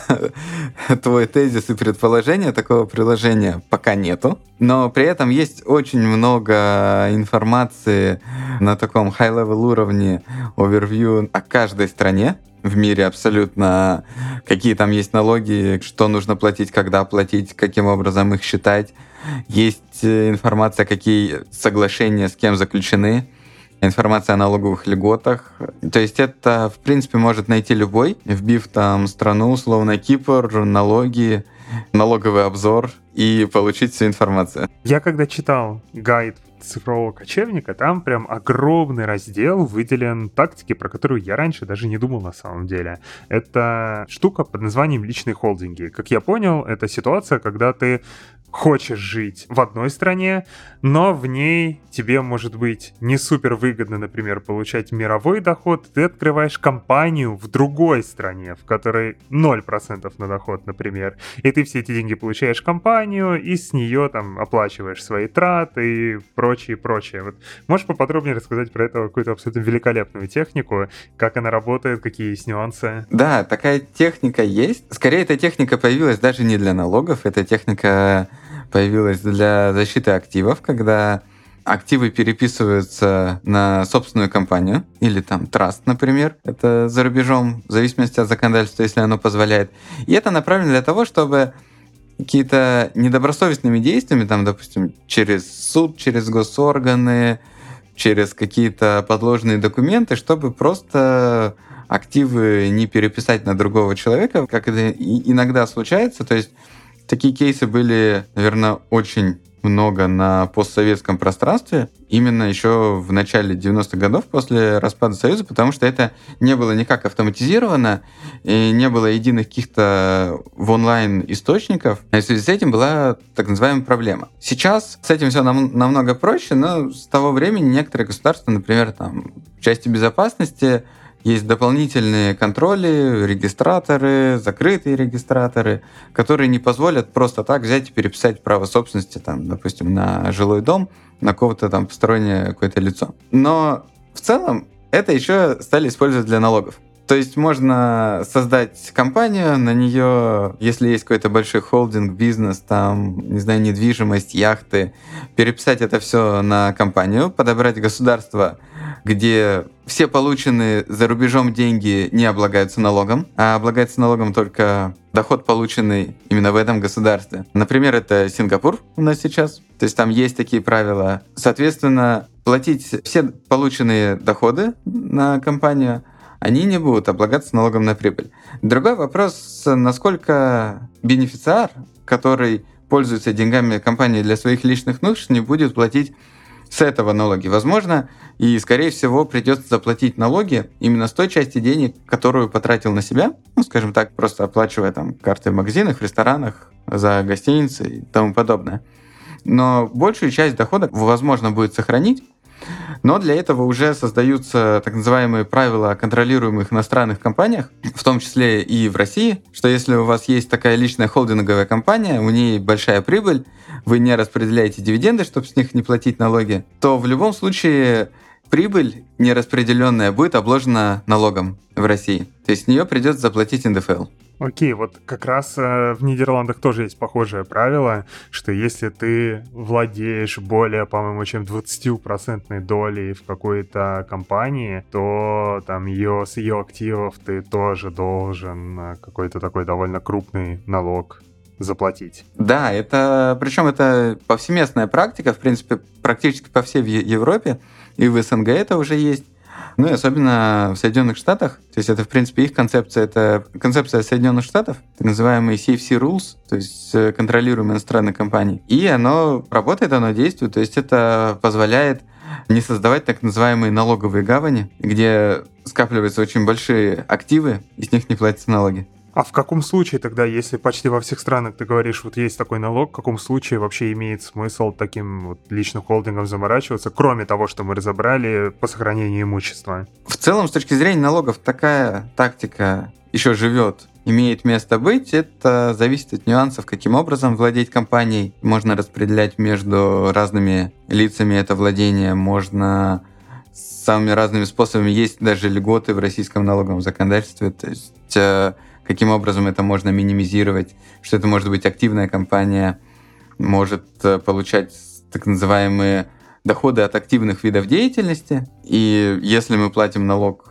твой тезис и предположение, такого приложения пока нету, но при этом есть очень много информации на таком high-level уровне, overview о каждой стране в мире абсолютно, какие там есть налоги, что нужно платить, когда платить, каким образом их считать. Есть информация, какие соглашения с кем заключены, информация о налоговых льготах. То есть это, в принципе, может найти любой, вбив там страну, условно Кипр, налоги, налоговый обзор и получить всю информацию. Я когда читал гайд цифрового кочевника, там прям огромный раздел выделен тактике, про которую я раньше даже не думал на самом деле. Это штука под названием личные холдинги. Как я понял, это ситуация, когда ты хочешь жить в одной стране, но в ней тебе может быть не супер выгодно, например, получать мировой доход, ты открываешь компанию в другой стране, в которой ноль процентов на доход, например, и ты все эти деньги получаешь в компанию, и с нее там оплачиваешь свои траты и прочее, прочее. Вот можешь поподробнее рассказать про эту какую-то абсолютно великолепную технику, как она работает, какие есть нюансы? Да, такая техника есть. Скорее, эта техника появилась даже не для налогов, эта техника появилась для защиты активов, когда активы переписываются на собственную компанию, или там траст, например, это за рубежом, в зависимости от законодательства, если оно позволяет. И это направлено для того, чтобы какие-то недобросовестными действиями, там, допустим, через суд, через госорганы, через какие-то подложные документы, чтобы просто активы не переписать на другого человека, как это иногда случается. То есть такие кейсы были, наверное, очень много на постсоветском пространстве, именно еще в начале девяностых годов после распада Союза, потому что это не было никак автоматизировано, и не было единых каких-то в онлайн источников. И в связи с этим была так называемая проблема. Сейчас с этим все нам, намного проще, но с того времени некоторые государства, например, там, в части безопасности, есть дополнительные контроли, регистраторы, закрытые регистраторы, которые не позволят просто так взять и переписать право собственности, там, допустим, на жилой дом, на кого-то там постороннее какое-то лицо. Но в целом это еще стали использовать для налогов. То есть можно создать компанию, на нее, если есть какой-то большой холдинг, бизнес, там, не знаю, недвижимость, яхты, переписать это все на компанию, подобрать государство, где все полученные за рубежом деньги не облагаются налогом, а облагается налогом только доход, полученный именно в этом государстве. Например, это Сингапур у нас сейчас. То есть там есть такие правила. Соответственно, платить все полученные доходы на компанию, они не будут облагаться налогом на прибыль. Другой вопрос, насколько бенефициар, который пользуется деньгами компании для своих личных нужд, не будет платить с этого налоги. Возможно, и, скорее всего, придется заплатить налоги именно с той части денег, которую потратил на себя, ну, скажем так, просто оплачивая там карты в магазинах, в ресторанах, за гостиницы и тому подобное. Но большую часть дохода возможно будет сохранить. Но для этого уже создаются так называемые правила о контролируемых иностранных компаниях, в том числе и в России, что если у вас есть такая личная холдинговая компания, у нее большая прибыль, вы не распределяете дивиденды, чтобы с них не платить налоги, то в любом случае прибыль нераспределенная будет обложена налогом в России. То есть с нее придется заплатить эн дэ эф эл. Окей, вот как раз э, в Нидерландах тоже есть похожее правило, что если ты владеешь более, по-моему, чем двадцать процентов долей в какой-то компании, то там ее, с ее активов ты тоже должен э, какой-то такой довольно крупный налог заплатить. Да, это, причем это повсеместная практика, в принципе, практически по всей Европе, и в эс эн гэ это уже есть. Ну и особенно в Соединенных Штатах, то есть это, в принципе, их концепция, это концепция Соединенных Штатов, так называемые си эф си rules, то есть контролируемые иностранные компании. И оно работает, оно действует, то есть это позволяет не создавать так называемые налоговые гавани, где скапливаются очень большие активы, и с них не платятся налоги. А в каком случае тогда, если почти во всех странах, ты говоришь, вот есть такой налог, в каком случае вообще имеет смысл таким вот личным холдингом заморачиваться, кроме того, что мы разобрали по сохранению имущества? В целом, с точки зрения налогов, такая тактика еще живет, имеет место быть. Это зависит от нюансов, каким образом владеть компанией. Можно распределять между разными лицами это владение, можно самыми разными способами. Есть даже льготы в российском налоговом законодательстве, то есть каким образом это можно минимизировать, что это может быть активная компания, может получать так называемые доходы от активных видов деятельности. И если мы платим налог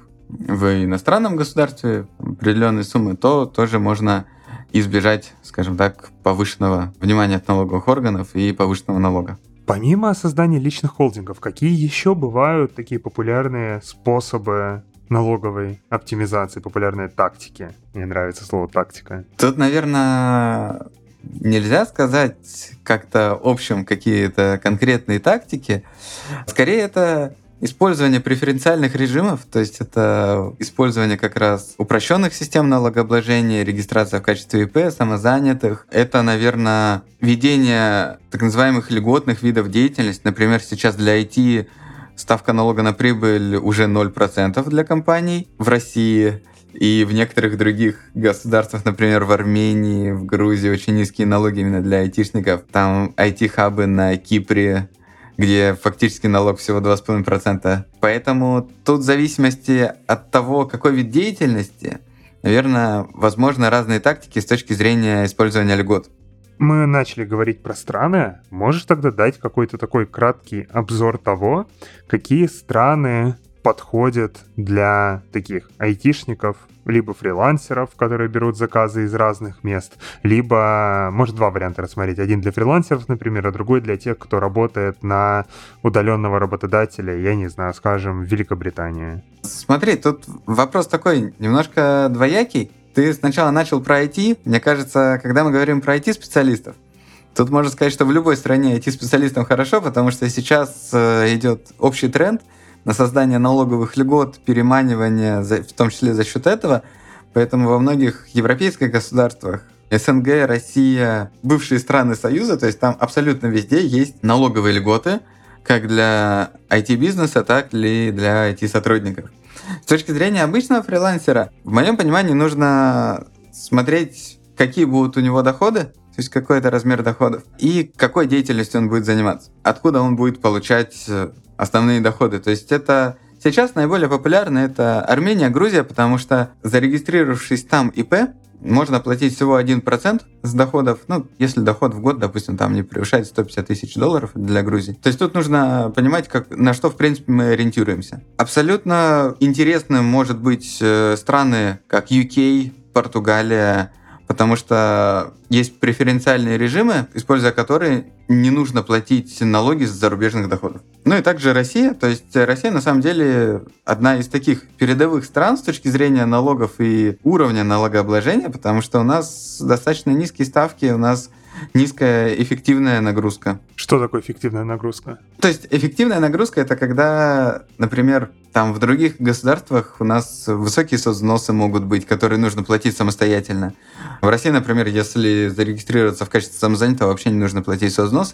в иностранном государстве определенной суммы, то тоже можно избежать, скажем так, повышенного внимания от налоговых органов и повышенного налога. Помимо создания личных холдингов, какие еще бывают такие популярные способы налоговой оптимизации, популярные тактики? Мне нравится слово «тактика». Тут, наверное, нельзя сказать как-то общем какие-то конкретные тактики. Скорее, это использование преференциальных режимов, то есть это использование как раз упрощенных систем налогообложения, регистрация в качестве и пэ, самозанятых. Это, наверное, введение так называемых льготных видов деятельности. Например, сейчас для ай ти ставка налога на прибыль уже ноль процентов для компаний в России. И в некоторых других государствах, например, в Армении, в Грузии, очень низкие налоги именно для айтишников. Там ай ти-хабы на Кипре, где фактически налог всего два с половиной процента. Поэтому тут в зависимости от того, какой вид деятельности, наверное, возможны разные тактики с точки зрения использования льгот. Мы начали говорить про страны. Можешь тогда дать какой-то такой краткий обзор того, какие страны подходят для таких айтишников, либо фрилансеров, которые берут заказы из разных мест, либо, может, два варианта рассмотреть. Один для фрилансеров, например, а другой для тех, кто работает на удаленного работодателя, я не знаю, скажем, в Великобритании. Смотри, тут вопрос такой немножко двоякий. Ты сначала начал про ай ти. Мне кажется, когда мы говорим про ай ти-специалистов, тут можно сказать, что в любой стране ай ти-специалистам хорошо, потому что сейчас э, идет общий тренд на создание налоговых льгот, переманивание, в том числе за счет этого. Поэтому во многих европейских государствах, эс эн гэ, Россия, бывшие страны Союза, то есть там абсолютно везде есть налоговые льготы, как для ай ти-бизнеса, так и для ай ти-сотрудников. С точки зрения обычного фрилансера, в моем понимании нужно смотреть, какие будут у него доходы, то есть какой это размер доходов, и какой деятельностью он будет заниматься, откуда он будет получать основные доходы. То есть это сейчас наиболее популярно это Армения, Грузия, потому что зарегистрировавшись там и пэ, можно платить всего один процент с доходов, ну, если доход в год, допустим, там не превышает сто пятьдесят тысяч долларов для Грузии. То есть тут нужно понимать, как, на что, в принципе, мы ориентируемся. Абсолютно интересным может быть страны, как ю кей, Португалия, потому что есть преференциальные режимы, используя которые не нужно платить налоги с зарубежных доходов. Ну и также Россия. То есть Россия на самом деле одна из таких передовых стран с точки зрения налогов и уровня налогообложения, потому что у нас достаточно низкие ставки, у нас низкая эффективная нагрузка. Что такое эффективная нагрузка? То есть эффективная нагрузка — это когда, например, там в других государствах у нас высокие соцвзносы могут быть, которые нужно платить самостоятельно. В России, например, если зарегистрироваться в качестве самозанятого, вообще не нужно платить соцвзносы.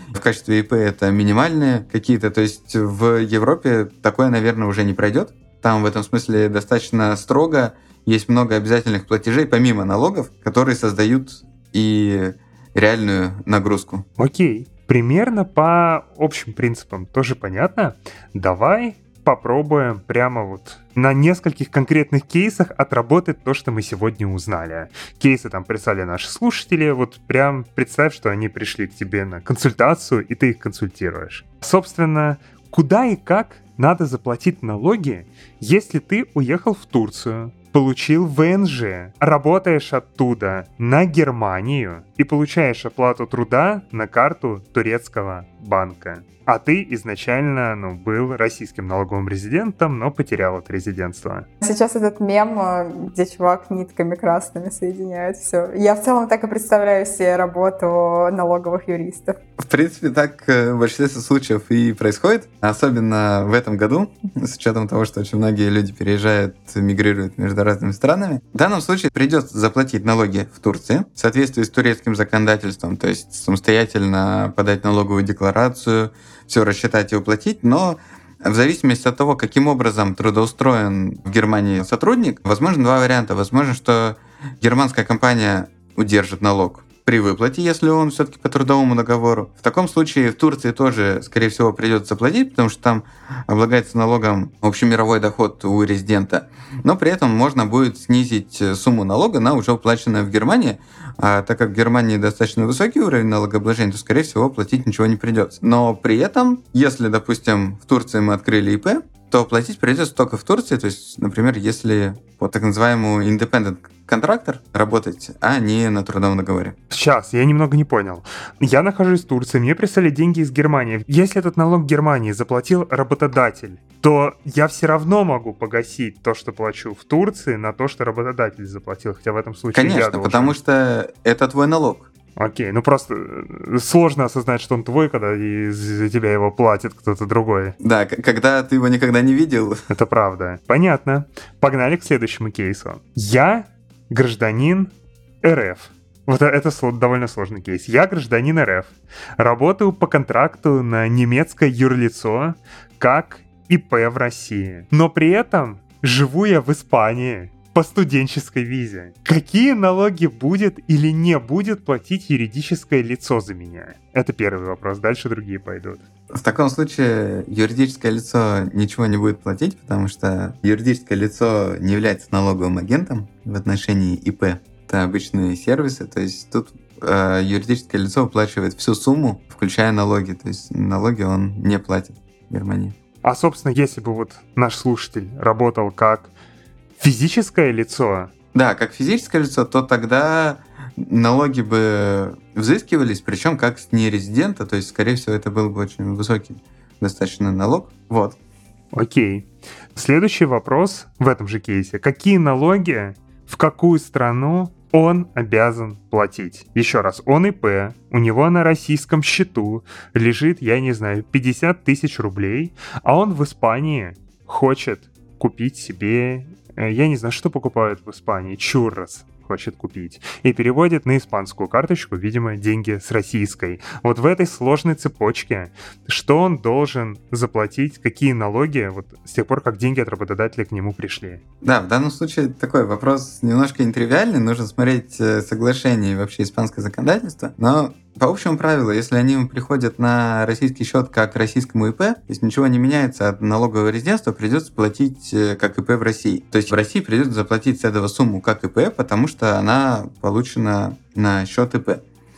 В качестве ИП это минимальные какие-то. То есть в Европе такое, наверное, уже не пройдет. Там в этом смысле достаточно строго. Есть много обязательных платежей, помимо налогов, которые создают и реальную нагрузку. Окей. Примерно по общим принципам тоже понятно. Давай попробуем прямо вот на нескольких конкретных кейсах отработать то, что мы сегодня узнали. Кейсы там прислали наши слушатели, вот прям представь, что они пришли к тебе на консультацию, и ты их консультируешь. Собственно, куда и как надо заплатить налоги, если ты уехал в Турцию, получил вэ эн жэ, работаешь оттуда на Германию и получаешь оплату труда на карту турецкого банка. А ты изначально, ну, был российским налоговым резидентом, но потерял это резидентство. Сейчас этот мем, где чувак нитками красными соединяет все. Я в целом так и представляю себе работу налоговых юристов. В принципе, так в большинстве случаев и происходит, особенно в этом году, с учетом того, что очень многие люди переезжают, мигрируют между разными странами. В данном случае придется заплатить налоги в Турции в соответствии с турецким законодательством, то есть самостоятельно подать налоговую декларацию, все рассчитать и уплатить, но в зависимости от того, каким образом трудоустроен в Германии сотрудник, возможно два варианта. Возможно, что германская компания удержит налог при выплате, если он все-таки по трудовому договору. В таком случае в Турции тоже, скорее всего, придется заплатить, потому что там облагается налогом общемировой доход у резидента. Но при этом можно будет снизить сумму налога на уже уплаченное в Германии. А так как в Германии достаточно высокий уровень налогообложения, то, скорее всего, платить ничего не придется. Но при этом, если, допустим, в Турции мы открыли ИП, то платить придется только в Турции. То есть, например, если по так называемому independent контрактор работать, а не на трудовом договоре. Сейчас, я немного не понял. Я нахожусь в Турции, мне прислали деньги из Германии. Если этот налог в Германии заплатил работодатель, то я все равно могу погасить то, что плачу в Турции, на то, что работодатель заплатил. Хотя в этом случае Конечно, я должен. Потому что это твой налог. Окей, ну просто сложно осознать, что он твой, когда за тебя его платит кто-то другой. Да, к- когда ты его никогда не видел. Это правда. Понятно. Погнали к следующему кейсу. Я гражданин эр эф. Вот это сло- довольно сложный кейс. Я гражданин эр эф. Работаю по контракту на немецкое юрлицо как ИП в России. Но при этом живу я в Испании по студенческой визе. Какие налоги будет или не будет платить юридическое лицо за меня? Это первый вопрос. Дальше другие пойдут. В таком случае юридическое лицо ничего не будет платить, потому что юридическое лицо не является налоговым агентом в отношении ИП. Это обычные сервисы, то есть тут э, юридическое лицо уплачивает всю сумму, включая налоги, то есть налоги он не платит в Германии. А, собственно, если бы вот наш слушатель работал как физическое лицо, Да, как физическое лицо, то тогда налоги бы взыскивались, причем как с нерезидента, то есть, скорее всего, это был бы очень высокий достаточно налог. Вот. окей. Следующий вопрос в этом же кейсе. Какие налоги в какую страну он обязан платить? Еще раз, он ИП, у него на российском счету лежит, я не знаю, пятьдесят тысяч рублей, а он в Испании хочет купить себе, э, я не знаю, что покупают в Испании, чуррос хочет купить, и переводит на испанскую карточку, видимо, деньги с российской. Вот в этой сложной цепочке, что он должен заплатить, какие налоги, вот с тех пор, как деньги от работодателя к нему пришли? Да, в данном случае такой вопрос немножко нетривиальный, нужно смотреть э, соглашение и вообще испанское законодательство, но по общему правилу, если они приходят на российский счет как российскому ИП, то есть ничего не меняется от налогового резидентства, придется платить э, как ИП в России. То есть в России придется заплатить с этого сумму как ИП, потому что она получена на счет ИП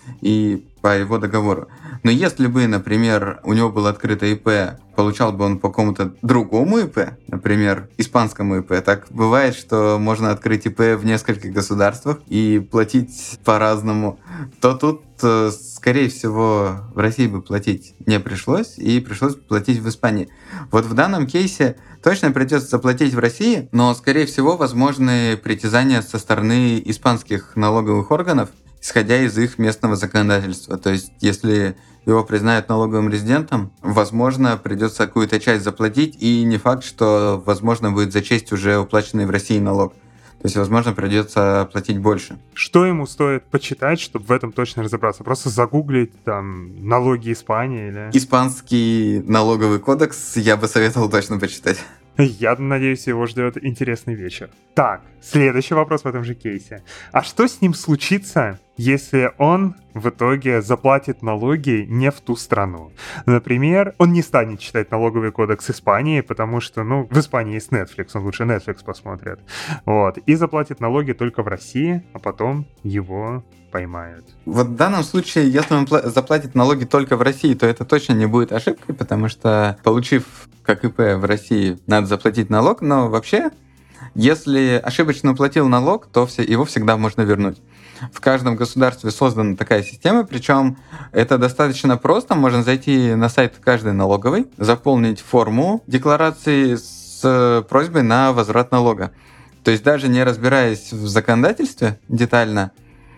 и по его договору. Но если бы, например, у него было открыто ИП, получал бы он по какому-то другому ИП, например, испанскому ИП, так бывает, что можно открыть ИП в нескольких государствах и платить по-разному, то тут, скорее всего, в России бы платить не пришлось, и пришлось бы платить в Испании. Вот в данном кейсе точно придется заплатить в России, но, скорее всего, возможны притязания со стороны испанских налоговых органов, исходя из их местного законодательства. То есть, если его признают налоговым резидентом, возможно, придется какую-то часть заплатить, и не факт, что возможно будет зачесть уже уплаченный в России налог. То То есть, возможно, придется платить больше. Что ему стоит почитать, чтобы в этом точно разобраться? Просто загуглить там налоги Испании или... Испанский налоговый кодекс я бы советовал точно почитать. Я надеюсь, его ждет интересный вечер. Так, следующий вопрос в этом же кейсе. А что с ним случится, если он в итоге заплатит налоги не в ту страну? Например, он не станет читать налоговый кодекс Испании, потому что, ну, в Испании есть Netflix, он лучше Netflix посмотрит. Вот, и заплатит налоги только в России, а потом его поймают. Вот в данном случае, если он пла- заплатит налоги только в России, то это точно не будет ошибкой, потому что, получив как ИП в России, надо заплатить налог, но вообще, если ошибочно уплатил налог, то все, его всегда можно вернуть. В каждом государстве создана такая система, причем это достаточно просто. Можно зайти на сайт каждой налоговой, заполнить форму декларации с просьбой на возврат налога. То есть даже не разбираясь в законодательстве детально,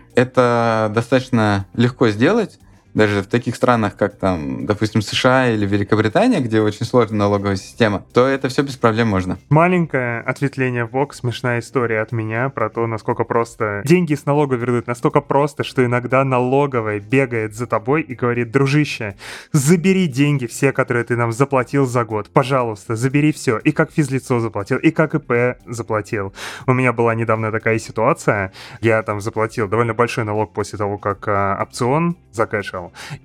это достаточно легко сделать. Даже в таких странах, как там, допустим, США или Великобритания, где очень сложная налоговая система, то это все без проблем можно. Маленькое ответвление в бок, смешная история от меня про то, насколько просто деньги с налога вернуть, настолько просто, что иногда налоговая бегает за тобой и говорит: дружище, забери деньги все, которые ты нам заплатил за год, пожалуйста, забери все, и как физлицо заплатил, и как ИП заплатил. У меня была недавно такая ситуация, я там заплатил довольно большой налог после того, как а, опцион закэшил,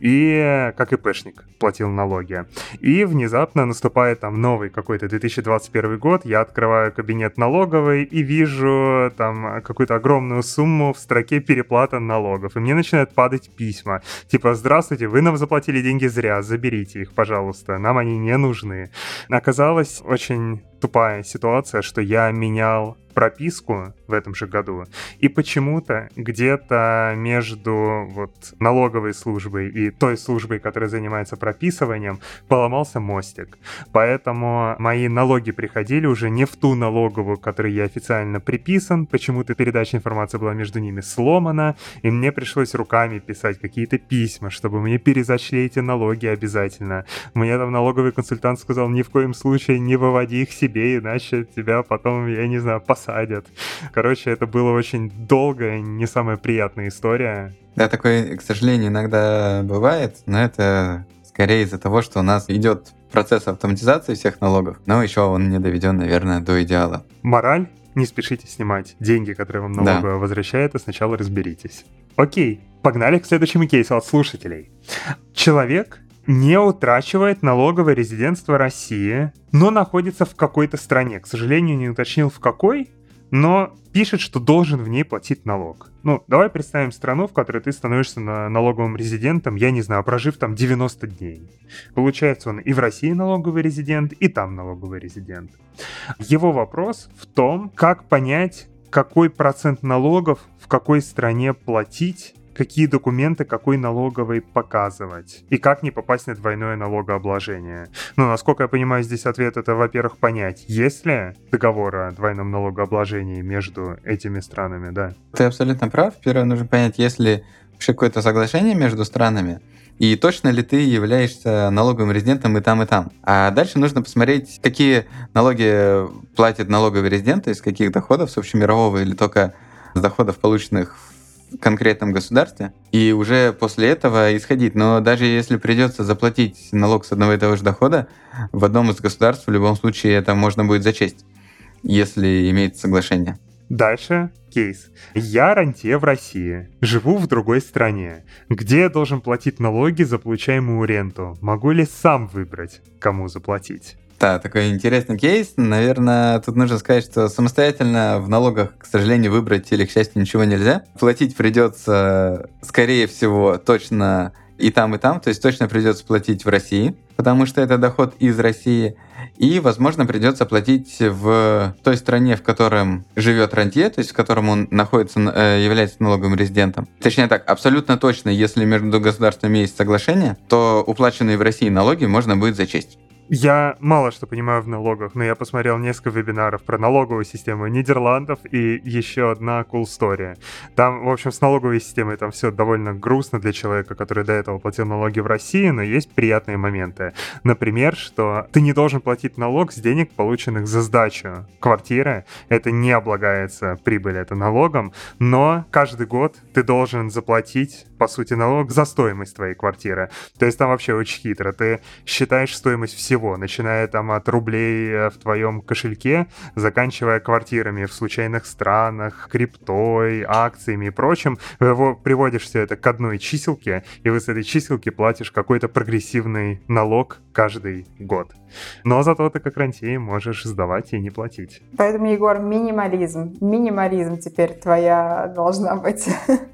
и как ИПшник платил налоги. И внезапно наступает там новый какой-то две тысячи двадцать первый год, я открываю кабинет налоговый и вижу там какую-то огромную сумму в строке переплата налогов. И мне начинают падать письма. Типа: здравствуйте, вы нам заплатили деньги зря, заберите их, пожалуйста, нам они не нужны. Оказалось, очень тупая ситуация, что я менял прописку в этом же году, и почему-то где-то между вот налоговой службой и той службой, которая занимается прописыванием, поломался мостик. Поэтому мои налоги приходили уже не в ту налоговую, к которой я официально приписан, почему-то передача информации была между ними сломана, и мне пришлось руками писать какие-то письма, чтобы мне перезачли эти налоги обязательно. Мне там налоговый консультант сказал: ни в коем случае не выводи их себе, иначе тебя потом, я не знаю, посадят. Короче, это было очень долгая, не самая приятная история. Да, такое, к сожалению, иногда бывает, но это скорее из-за того, что у нас идет процесс автоматизации всех налогов, но еще он не доведен, наверное, до идеала. Мораль: не спешите снимать деньги, которые вам налоговая да. возвращает, а сначала разберитесь. Окей, погнали к следующему кейсу от слушателей. Человек не утрачивает налоговое резидентство России, но находится в какой-то стране. К сожалению, не уточнил в какой, но пишет, что должен в ней платить налог. Ну, давай представим страну, в которой ты становишься налоговым резидентом, я не знаю, прожив там девяносто дней. Получается, он и в России налоговый резидент, и там налоговый резидент. Его вопрос в том, как понять, какой процент налогов в какой стране платить, какие документы какой налоговой показывать, и как не попасть на двойное налогообложение. Ну, насколько я понимаю, здесь ответ — это, во-первых, понять, есть ли договор о двойном налогообложении между этими странами, да? Ты абсолютно прав. Первое, нужно понять, есть ли вообще какое-то соглашение между странами, и точно ли ты являешься налоговым резидентом и там, и там. А дальше нужно посмотреть, какие налоги платят налоговые резиденты, из каких доходов, с общемирового или только с доходов, полученных в конкретном государстве, и уже после этого исходить. Но даже если придется заплатить налог с одного и того же дохода, в одном из государств в любом случае это можно будет зачесть, если имеется соглашение. Дальше кейс. Я рантье в России, живу в другой стране. Где я должен платить налоги за получаемую ренту? Могу ли сам выбрать, кому заплатить? Да, такой интересный кейс. Наверное, тут нужно сказать, что самостоятельно в налогах, к сожалению, выбрать или, к счастью, ничего нельзя. Платить придется, скорее всего, точно и там, и там. То есть точно придется платить в России, потому что это доход из России. И, возможно, придется платить в той стране, в котором живет рантье, то есть в котором он находится, является налоговым резидентом. Точнее так, абсолютно точно, если между государствами есть соглашение, то уплаченные в России налоги можно будет зачесть. Я мало что понимаю в налогах, но я посмотрел несколько вебинаров про налоговую систему Нидерландов и еще одна cool story. Там, в общем, с налоговой системой там все довольно грустно для человека, который до этого платил налоги в России, но есть приятные моменты. Например, что ты не должен платить налог с денег, полученных за сдачу квартиры. Это не облагается прибыль, это налогом, но каждый год ты должен заплатить, по сути, налог за стоимость твоей квартиры. То есть там вообще очень хитро. Ты считаешь стоимость всего, начиная там от рублей в твоем кошельке, заканчивая квартирами в случайных странах, криптой, акциями и прочим. Вы приводишь все это к одной чиселке, и вы с этой чиселки платишь какой-то прогрессивный налог каждый год. Но зато ты как рантье можешь сдавать и не платить. Поэтому, Егор, минимализм. Минимализм теперь твоя должна быть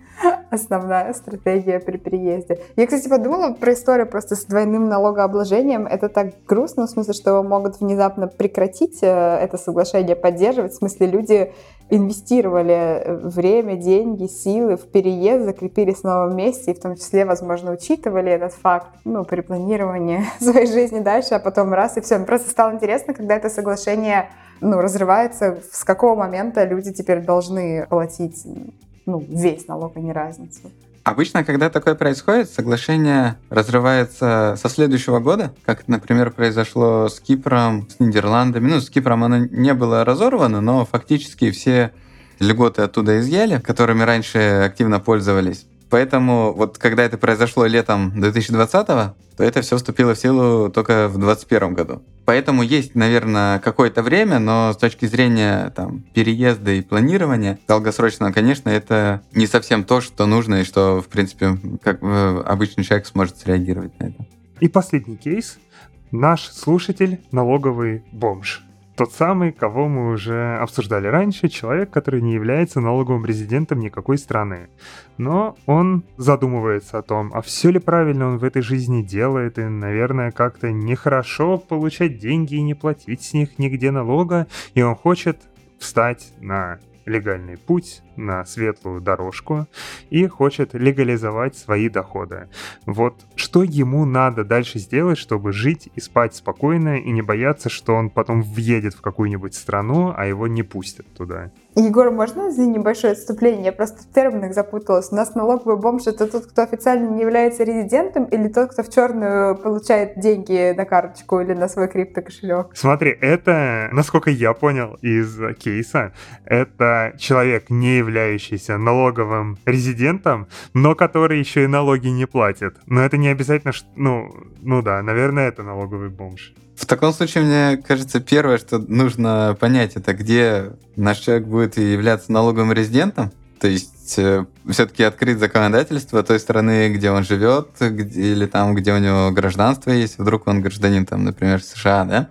основная стратегия при переезде. Я, кстати, подумала про историю просто с двойным налогообложением. Это так грустно, в смысле, что могут внезапно прекратить это соглашение поддерживать. В смысле, люди инвестировали время, деньги, силы в переезд, закрепились в новом месте и в том числе, возможно, учитывали этот факт, ну, при планировании своей жизни дальше, а потом раз и все. Мне просто стало интересно, когда это соглашение, ну, разрывается, с какого момента люди теперь должны платить, ну, весь налог, а не разницу. Обычно, когда такое происходит, соглашение разрывается со следующего года, как, например, произошло с Кипром, с Нидерландами. Ну, с Кипром оно не было разорвано, но фактически все льготы оттуда изъяли, которыми раньше активно пользовались. Поэтому вот когда это произошло летом две тысячи двадцатого, то это все вступило в силу только в двадцать первом году. Поэтому есть, наверное, какое-то время, но с точки зрения там, переезда и планирования долгосрочного, конечно, это не совсем то, что нужно и что, в принципе, как обычный человек сможет среагировать на это. И последний кейс. Наш слушатель — налоговый бомж. Тот самый, кого мы уже обсуждали раньше, человек, который не является налоговым резидентом никакой страны. Но он задумывается о том, а все ли правильно он в этой жизни делает, и, наверное, как-то нехорошо получать деньги и не платить с них нигде налога, и он хочет встать на легальный путь, на светлую дорожку и хочет легализовать свои доходы. Вот что ему надо дальше сделать, чтобы жить и спать спокойно и не бояться, что он потом въедет в какую-нибудь страну, а его не пустят туда? Егор, можно за небольшое отступление? Я просто в терминах запуталась. У нас налоговый бомж — это тот, кто официально не является резидентом, или тот, кто в черную получает деньги на карточку или на свой криптокошелек? Смотри, это, насколько я понял из кейса, это человек, не являющийся налоговым резидентом, но который еще и налоги не платит. Но это не обязательно, что, ну, ну да, наверное, это налоговый бомж. В таком случае, мне кажется, первое, что нужно понять, это где наш человек будет являться налоговым резидентом. То есть э, все-таки открыть законодательство той страны, где он живет, где, или там, где у него гражданство есть, вдруг он гражданин, там, например, США, да?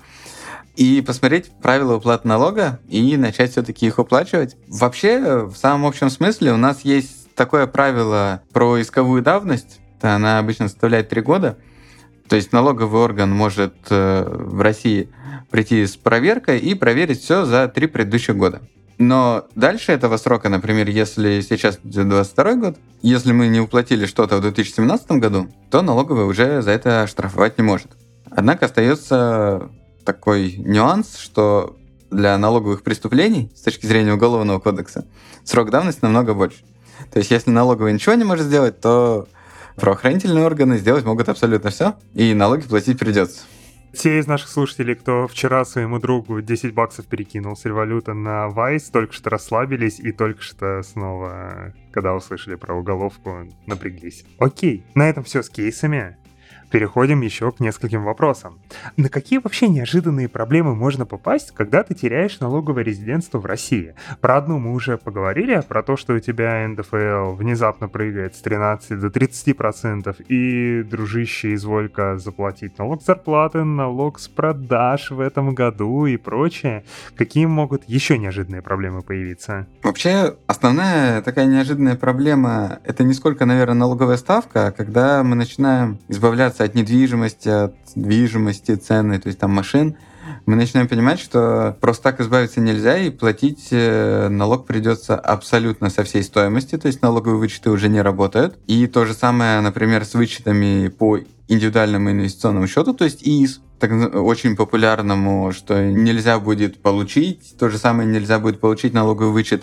И посмотреть правила уплаты налога и начать все-таки их уплачивать. Вообще, в самом общем смысле, у нас есть такое правило про исковую давность. Она обычно составляет три года. То есть налоговый орган может э, в России прийти с проверкой и проверить все за три предыдущих года. Но дальше этого срока, например, если сейчас двадцать второй год, если мы не уплатили что-то в две тысячи семнадцатом году, то налоговый уже за это штрафовать не может. Однако остается такой нюанс, что для налоговых преступлений с точки зрения Уголовного кодекса срок давности намного больше. То есть если налоговый ничего не может сделать, то правоохранительные органы сделать могут абсолютно все, и налоги платить придется. Те из наших слушателей, кто вчера своему другу десять баксов перекинул с революта на Вайс, только что расслабились и только что снова, когда услышали про уголовку, напряглись. Окей, на этом все с кейсами. Переходим еще к нескольким вопросам. На какие вообще неожиданные проблемы можно попасть, когда ты теряешь налоговое резидентство в России? Про одну мы уже поговорили, про то, что у тебя эн дэ эф эл внезапно прыгает с тринадцати до тридцати процентов, и, дружище, изволь-ка заплатить налог с зарплаты, налог с продаж в этом году и прочее. Какие могут еще неожиданные проблемы появиться? Вообще, основная такая неожиданная проблема — это не сколько, наверное, налоговая ставка, а когда мы начинаем избавляться от недвижимости, от движимости ценной, то есть там машин, мы начинаем понимать, что просто так избавиться нельзя, и платить налог придется абсолютно со всей стоимости, то есть налоговые вычеты уже не работают. И то же самое, например, с вычетами по индивидуальному инвестиционному счету, то есть ИИС. так, очень популярному, что нельзя будет получить, то же самое нельзя будет получить налоговый вычет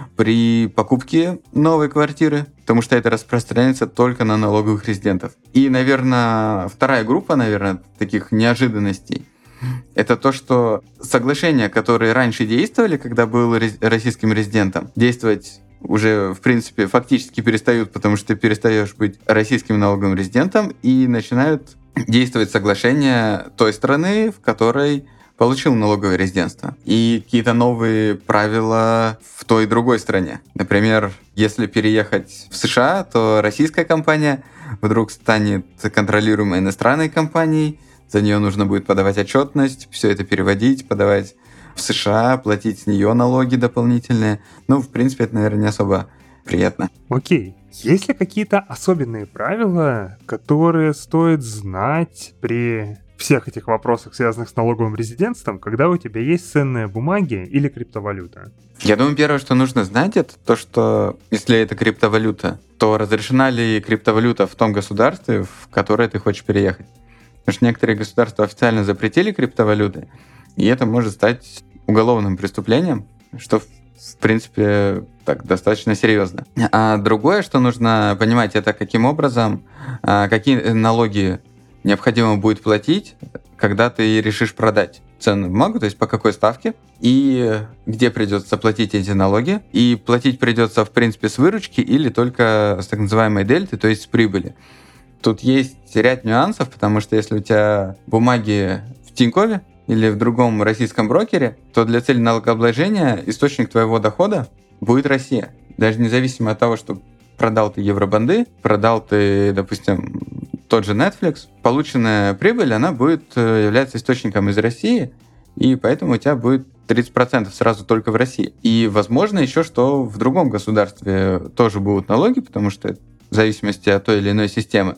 при покупке новой квартиры, потому что это распространяется только на налоговых резидентов. И, наверное, вторая группа, наверное, таких неожиданностей, это то, что соглашения, которые раньше действовали, когда был российским резидентом, действовать уже, в принципе, фактически перестают, потому что ты перестаешь быть российским налоговым резидентом, и начинают действовать соглашения той страны, в которой получил налоговое резидентство. И какие-то новые правила в той и другой стране. Например, если переехать в США, то российская компания вдруг станет контролируемой иностранной компанией, за нее нужно будет подавать отчетность, все это переводить, подавать в США, платить с нее налоги дополнительные. Ну, в принципе, это, наверное, не особо приятно. Окей. Есть ли какие-то особенные правила, которые стоит знать при всех этих вопросах, связанных с налоговым резидентством, когда у тебя есть ценные бумаги или криптовалюта? Я думаю, первое, что нужно знать, это то, что если это криптовалюта, то разрешена ли криптовалюта в том государстве, в которое ты хочешь переехать. Потому что некоторые государства официально запретили криптовалюты, и это может стать уголовным преступлением, что, в принципе, так достаточно серьезно. А другое, что нужно понимать, это каким образом, какие налоги необходимо будет платить, когда ты решишь продать ценную бумагу, то есть по какой ставке, и где придется платить эти налоги. И платить придется, в принципе, с выручки или только с так называемой дельты, то есть с прибыли. Тут есть ряд нюансов, потому что если у тебя бумаги в Тинькове или в другом российском брокере, то для цели налогообложения источник твоего дохода будет Россия. Даже независимо от того, что продал ты евробанды, продал ты, допустим, тот же Netflix, полученная прибыль, она будет являться источником из России, и поэтому у тебя будет тридцать процентов сразу только в России. И, возможно, еще что в другом государстве тоже будут налоги, потому что это в зависимости от той или иной системы.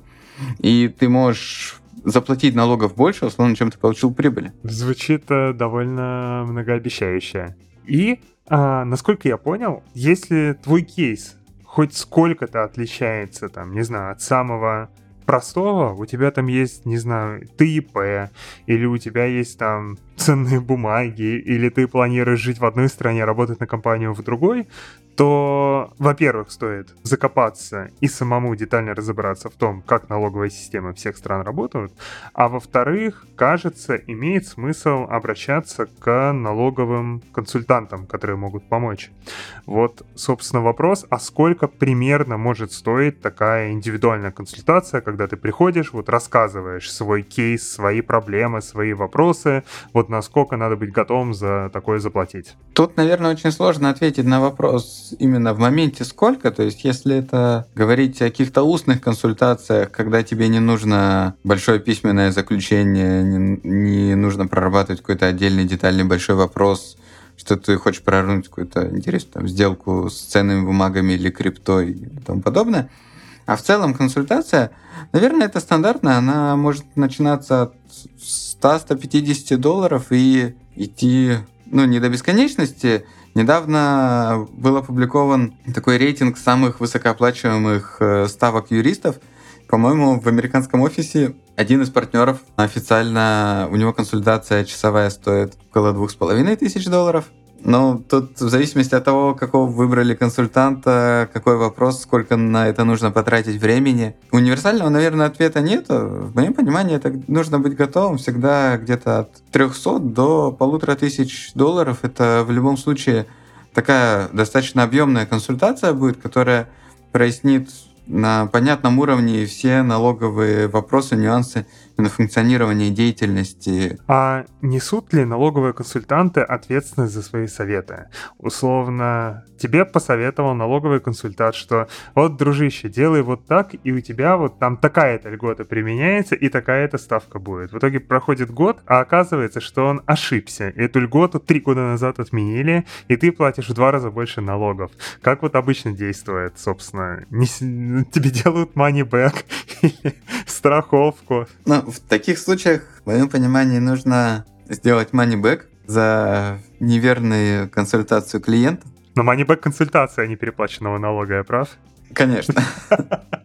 И ты можешь заплатить налогов больше, условно, чем ты получил прибыли. Звучит э, довольно многообещающе. И, а, насколько я понял, если твой кейс хоть сколько-то отличается, там, не знаю, от самого простого, у тебя там есть, не знаю, ты ИП, или у тебя есть там ценные бумаги, или ты планируешь жить в одной стране, работать на компанию в другой, то, во-первых, стоит закопаться и самому детально разобраться в том, как налоговые системы всех стран работают, а во-вторых, кажется, имеет смысл обращаться к налоговым консультантам, которые могут помочь. Вот, собственно, вопрос, а сколько примерно может стоить такая индивидуальная консультация, когда ты приходишь, вот рассказываешь свой кейс, свои проблемы, свои вопросы, вот насколько надо быть готовым за такое заплатить? Тут, наверное, очень сложно ответить на вопрос именно в моменте сколько. То есть, если это говорить о каких-то устных консультациях, когда тебе не нужно большое письменное заключение, не, не нужно прорабатывать какой-то отдельный детальный большой вопрос, что ты хочешь прорвать какую-то интересную там, сделку с ценными бумагами или криптой и тому подобное. А в целом консультация, наверное, это стандартно, она может начинаться от сто - сто пятьдесят долларов и идти, ну, не до бесконечности. Недавно был опубликован такой рейтинг самых высокооплачиваемых ставок юристов. По-моему, в американском офисе один из партнеров официально, у него консультация часовая стоит около двух с половиной тысяч долларов. Но тут в зависимости от того, какого выбрали консультанта, какой вопрос, сколько на это нужно потратить времени. Универсального, наверное, ответа нет. В моем понимании, это нужно быть готовым всегда где-то от трехсот до полутора тысяч долларов. Это в любом случае такая достаточно объемная консультация будет, которая прояснит на понятном уровне все налоговые вопросы, нюансы на функционирование деятельности. А несут ли налоговые консультанты ответственность за свои советы? Условно, тебе посоветовал налоговый консультант, что вот, дружище, делай вот так, и у тебя вот там такая-то льгота применяется, и такая-то ставка будет. В итоге проходит год, а оказывается, что он ошибся. Эту льготу три года назад отменили, и ты платишь в два раза больше налогов. Как вот обычно действует, собственно? Не, тебе делают money back или страховку? Ну, в таких случаях, в моем понимании, нужно сделать money back за неверную консультацию клиента. Но money back консультация, а не переплаченного налога, я прав? Конечно.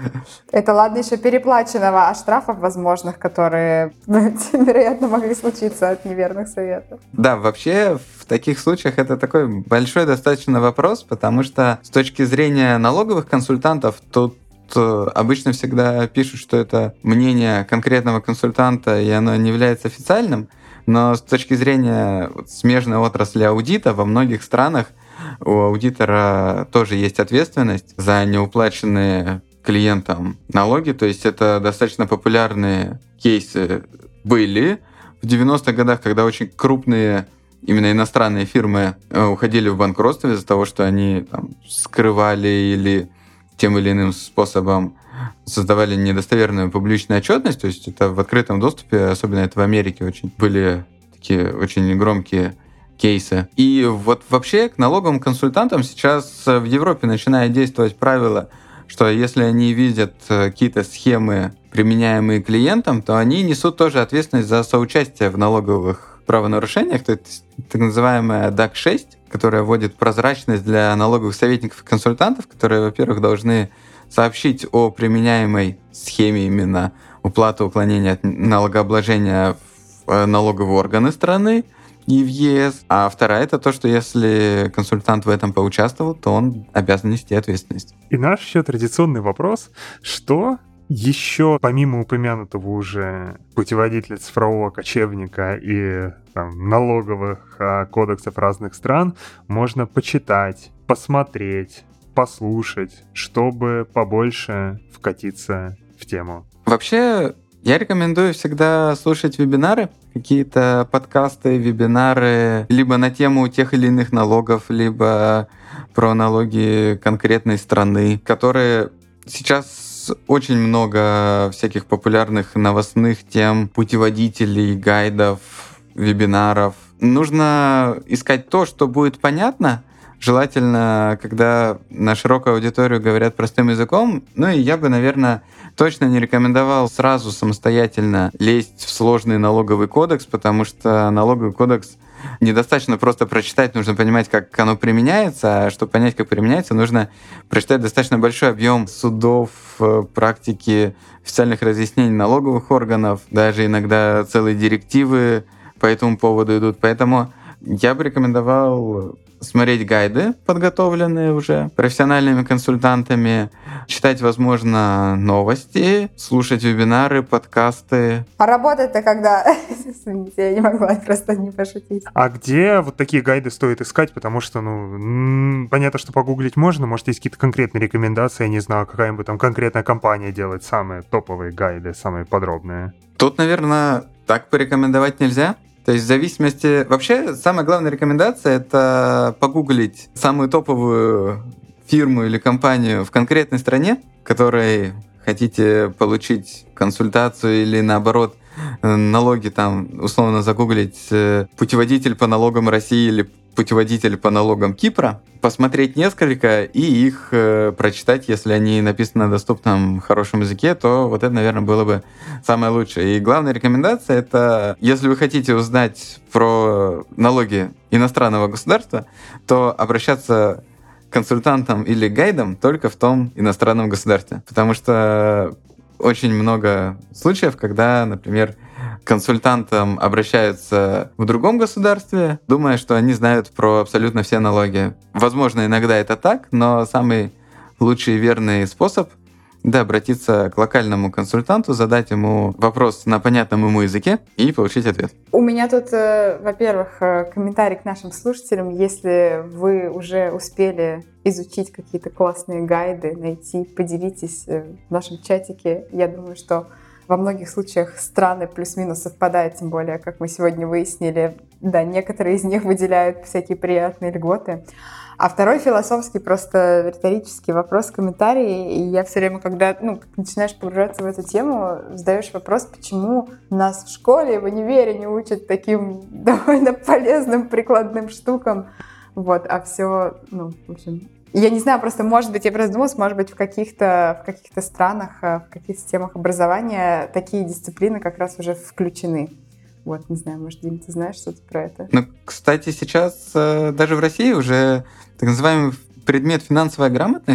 Это ладно еще переплаченного, а штрафов возможных, которые, вероятно, могли случиться от неверных советов. Да, вообще в таких случаях это такой большой достаточно вопрос, потому что с точки зрения налоговых консультантов тут обычно всегда пишут, что это мнение конкретного консультанта, и оно не является официальным, но с точки зрения вот, смежной отрасли аудита во многих странах у аудитора тоже есть ответственность за неуплаченные клиентам налоги, то есть это достаточно популярные кейсы были в девяностых годах, когда очень крупные именно иностранные фирмы уходили в банкротство из-за того, что они там, скрывали или тем или иным способом создавали недостоверную публичную отчетность, то есть это в открытом доступе, особенно это в Америке, очень были такие очень громкие кейсы. И вот вообще к налоговым консультантам сейчас в Европе начинает действовать правило, что если они видят какие-то схемы, применяемые клиентам, то они несут тоже ответственность за соучастие в налоговых правонарушениях, то есть так называемая дак шесть, которая вводит прозрачность для налоговых советников и консультантов, которые, во-первых, должны сообщить о применяемой схеме именно уплаты уклонения от налогообложения в налоговые органы страны и в ЕС. А вторая — это то, что если консультант в этом поучаствовал, то он обязан нести ответственность. И наш еще традиционный вопрос, что еще, помимо упомянутого уже путеводителя цифрового кочевника и там, налоговых а, кодексов разных стран, можно почитать, посмотреть, послушать, чтобы побольше вкатиться в тему? Вообще, я рекомендую всегда слушать вебинары, какие-то подкасты, вебинары, либо на тему тех или иных налогов, либо про налоги конкретной страны, которые сейчас очень много всяких популярных новостных тем, путеводителей, гайдов, вебинаров. Нужно искать то, что будет понятно, желательно, когда на широкую аудиторию говорят простым языком. Ну и я бы, наверное, точно не рекомендовал сразу самостоятельно лезть в сложный налоговый кодекс, потому что налоговый кодекс недостаточно просто прочитать, нужно понимать, как оно применяется, а чтобы понять, как применяется, нужно прочитать достаточно большой объем судов, практики, официальных разъяснений налоговых органов, даже иногда целые директивы по этому поводу идут. Поэтому я бы рекомендовал смотреть гайды, подготовленные уже профессиональными консультантами, читать, возможно, новости, слушать вебинары, подкасты. А работать-то когда? Извините, я не могла просто не пошутить. А где вот такие гайды стоит искать? Потому что, ну, понятно, что погуглить можно, может, есть какие-то конкретные рекомендации, я не знаю, какая-нибудь там конкретная компания делает самые топовые гайды, самые подробные. Тут, наверное, так порекомендовать нельзя. То есть в зависимости... Вообще, самая главная рекомендация — это погуглить самую топовую фирму или компанию в конкретной стране, которой хотите получить консультацию или, наоборот, налоги, там, условно, загуглить путеводитель по налогам России или путеводитель по налогам Кипра, посмотреть несколько и их э, прочитать, если они написаны на доступном хорошем языке, то вот это, наверное, было бы самое лучшее. И главная рекомендация — это, если вы хотите узнать про налоги иностранного государства, то обращаться к консультантам или гайдам только в том иностранном государстве. Потому что очень много случаев, когда, например, к консультантам обращаются в другом государстве, думая, что они знают про абсолютно все налоги. Возможно, иногда это так, но самый лучший и верный способ — да, обратиться к локальному консультанту, задать ему вопрос на понятном ему языке и получить ответ. У меня тут, э, во-первых, э, комментарий к нашим слушателям. Если вы уже успели изучить какие-то классные гайды, найти, поделитесь э, в нашем чатике. Я думаю, что во многих случаях страны плюс-минус совпадают, тем более, как мы сегодня выяснили, да, некоторые из них выделяют всякие приятные льготы. А второй философский, просто риторический вопрос, комментарий. И я все время, когда ну, начинаешь погружаться в эту тему, задаешь вопрос, почему нас в школе, в универе не учат таким довольно полезным прикладным штукам. Вот, а все, ну, в общем... Я не знаю, просто, может быть, я просто думала, может быть, в каких-то, в каких-то странах, в каких-то системах образования такие дисциплины как раз уже включены. Вот, не знаю, может, Дим, ты знаешь что-то про это? Ну, кстати, сейчас э, даже в России уже так называемый предмет финансовая грамотность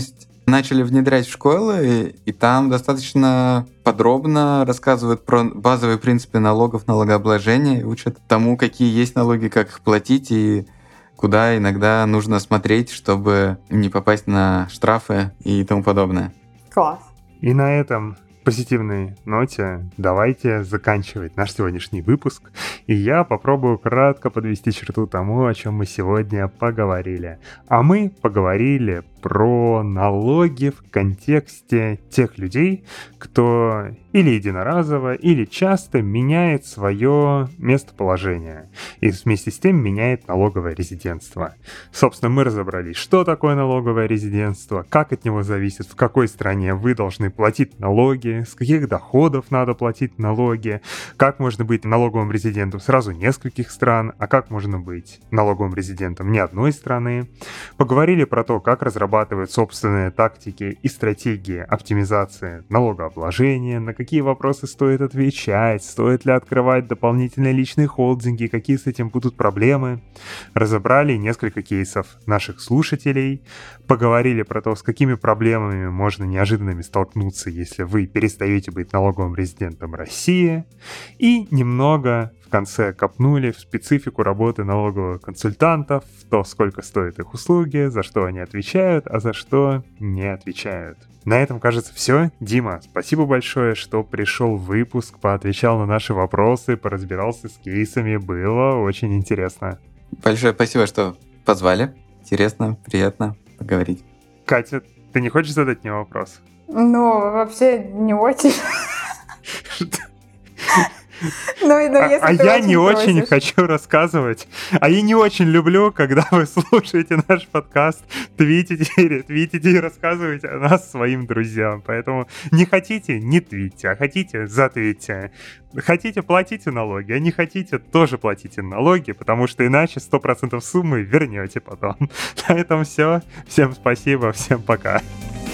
Начали внедрять в школы, и там достаточно подробно рассказывают про базовые принципы налогов, налогообложения, учат тому, какие есть налоги, как их платить и куда иногда нужно смотреть, чтобы не попасть на штрафы и тому подобное. Класс. И на этом позитивной ноте давайте заканчивать наш сегодняшний выпуск, и я попробую кратко подвести черту тому, о чем мы сегодня поговорили. А мы поговорили про налоги в контексте тех людей, кто или единоразово, или часто меняет свое местоположение и вместе с тем меняет налоговое резидентство. Собственно, мы разобрались, что такое налоговое резидентство, как от него зависит, в какой стране вы должны платить налоги, с каких доходов надо платить налоги, как можно быть налоговым резидентом сразу нескольких стран, а как можно быть налоговым резидентом ни одной страны. Поговорили про то, как разрабатывать собственные тактики и стратегии оптимизации налогообложения, на какие вопросы стоит отвечать, стоит ли открывать дополнительные личные холдинги, какие с этим будут проблемы. Разобрали несколько кейсов наших слушателей, поговорили про то, с какими проблемами можно неожиданными столкнуться, если вы перестаете быть налоговым резидентом России, и немного в конце копнули в специфику работы налоговых консультантов, в то, сколько стоят их услуги, за что они отвечают, а за что не отвечают. На этом, кажется, все. Дима, спасибо большое, что пришел в выпуск, поотвечал на наши вопросы, поразбирался с кейсами. Было очень интересно. Большое спасибо, что позвали. Интересно, приятно поговорить. Катя, ты не хочешь задать мне вопрос? Ну, вообще не очень. Ну, ну, если а ты я очень не очень просишь. хочу рассказывать. А я не очень люблю, когда вы слушаете наш подкаст, твитите, ретвитите и рассказываете о нас своим друзьям. Поэтому не хотите — не твитите, а хотите — затвитите. Хотите — платите налоги, а не хотите — тоже платите налоги, потому что иначе сто процентов суммы вернете потом. На этом все. Всем спасибо, всем пока.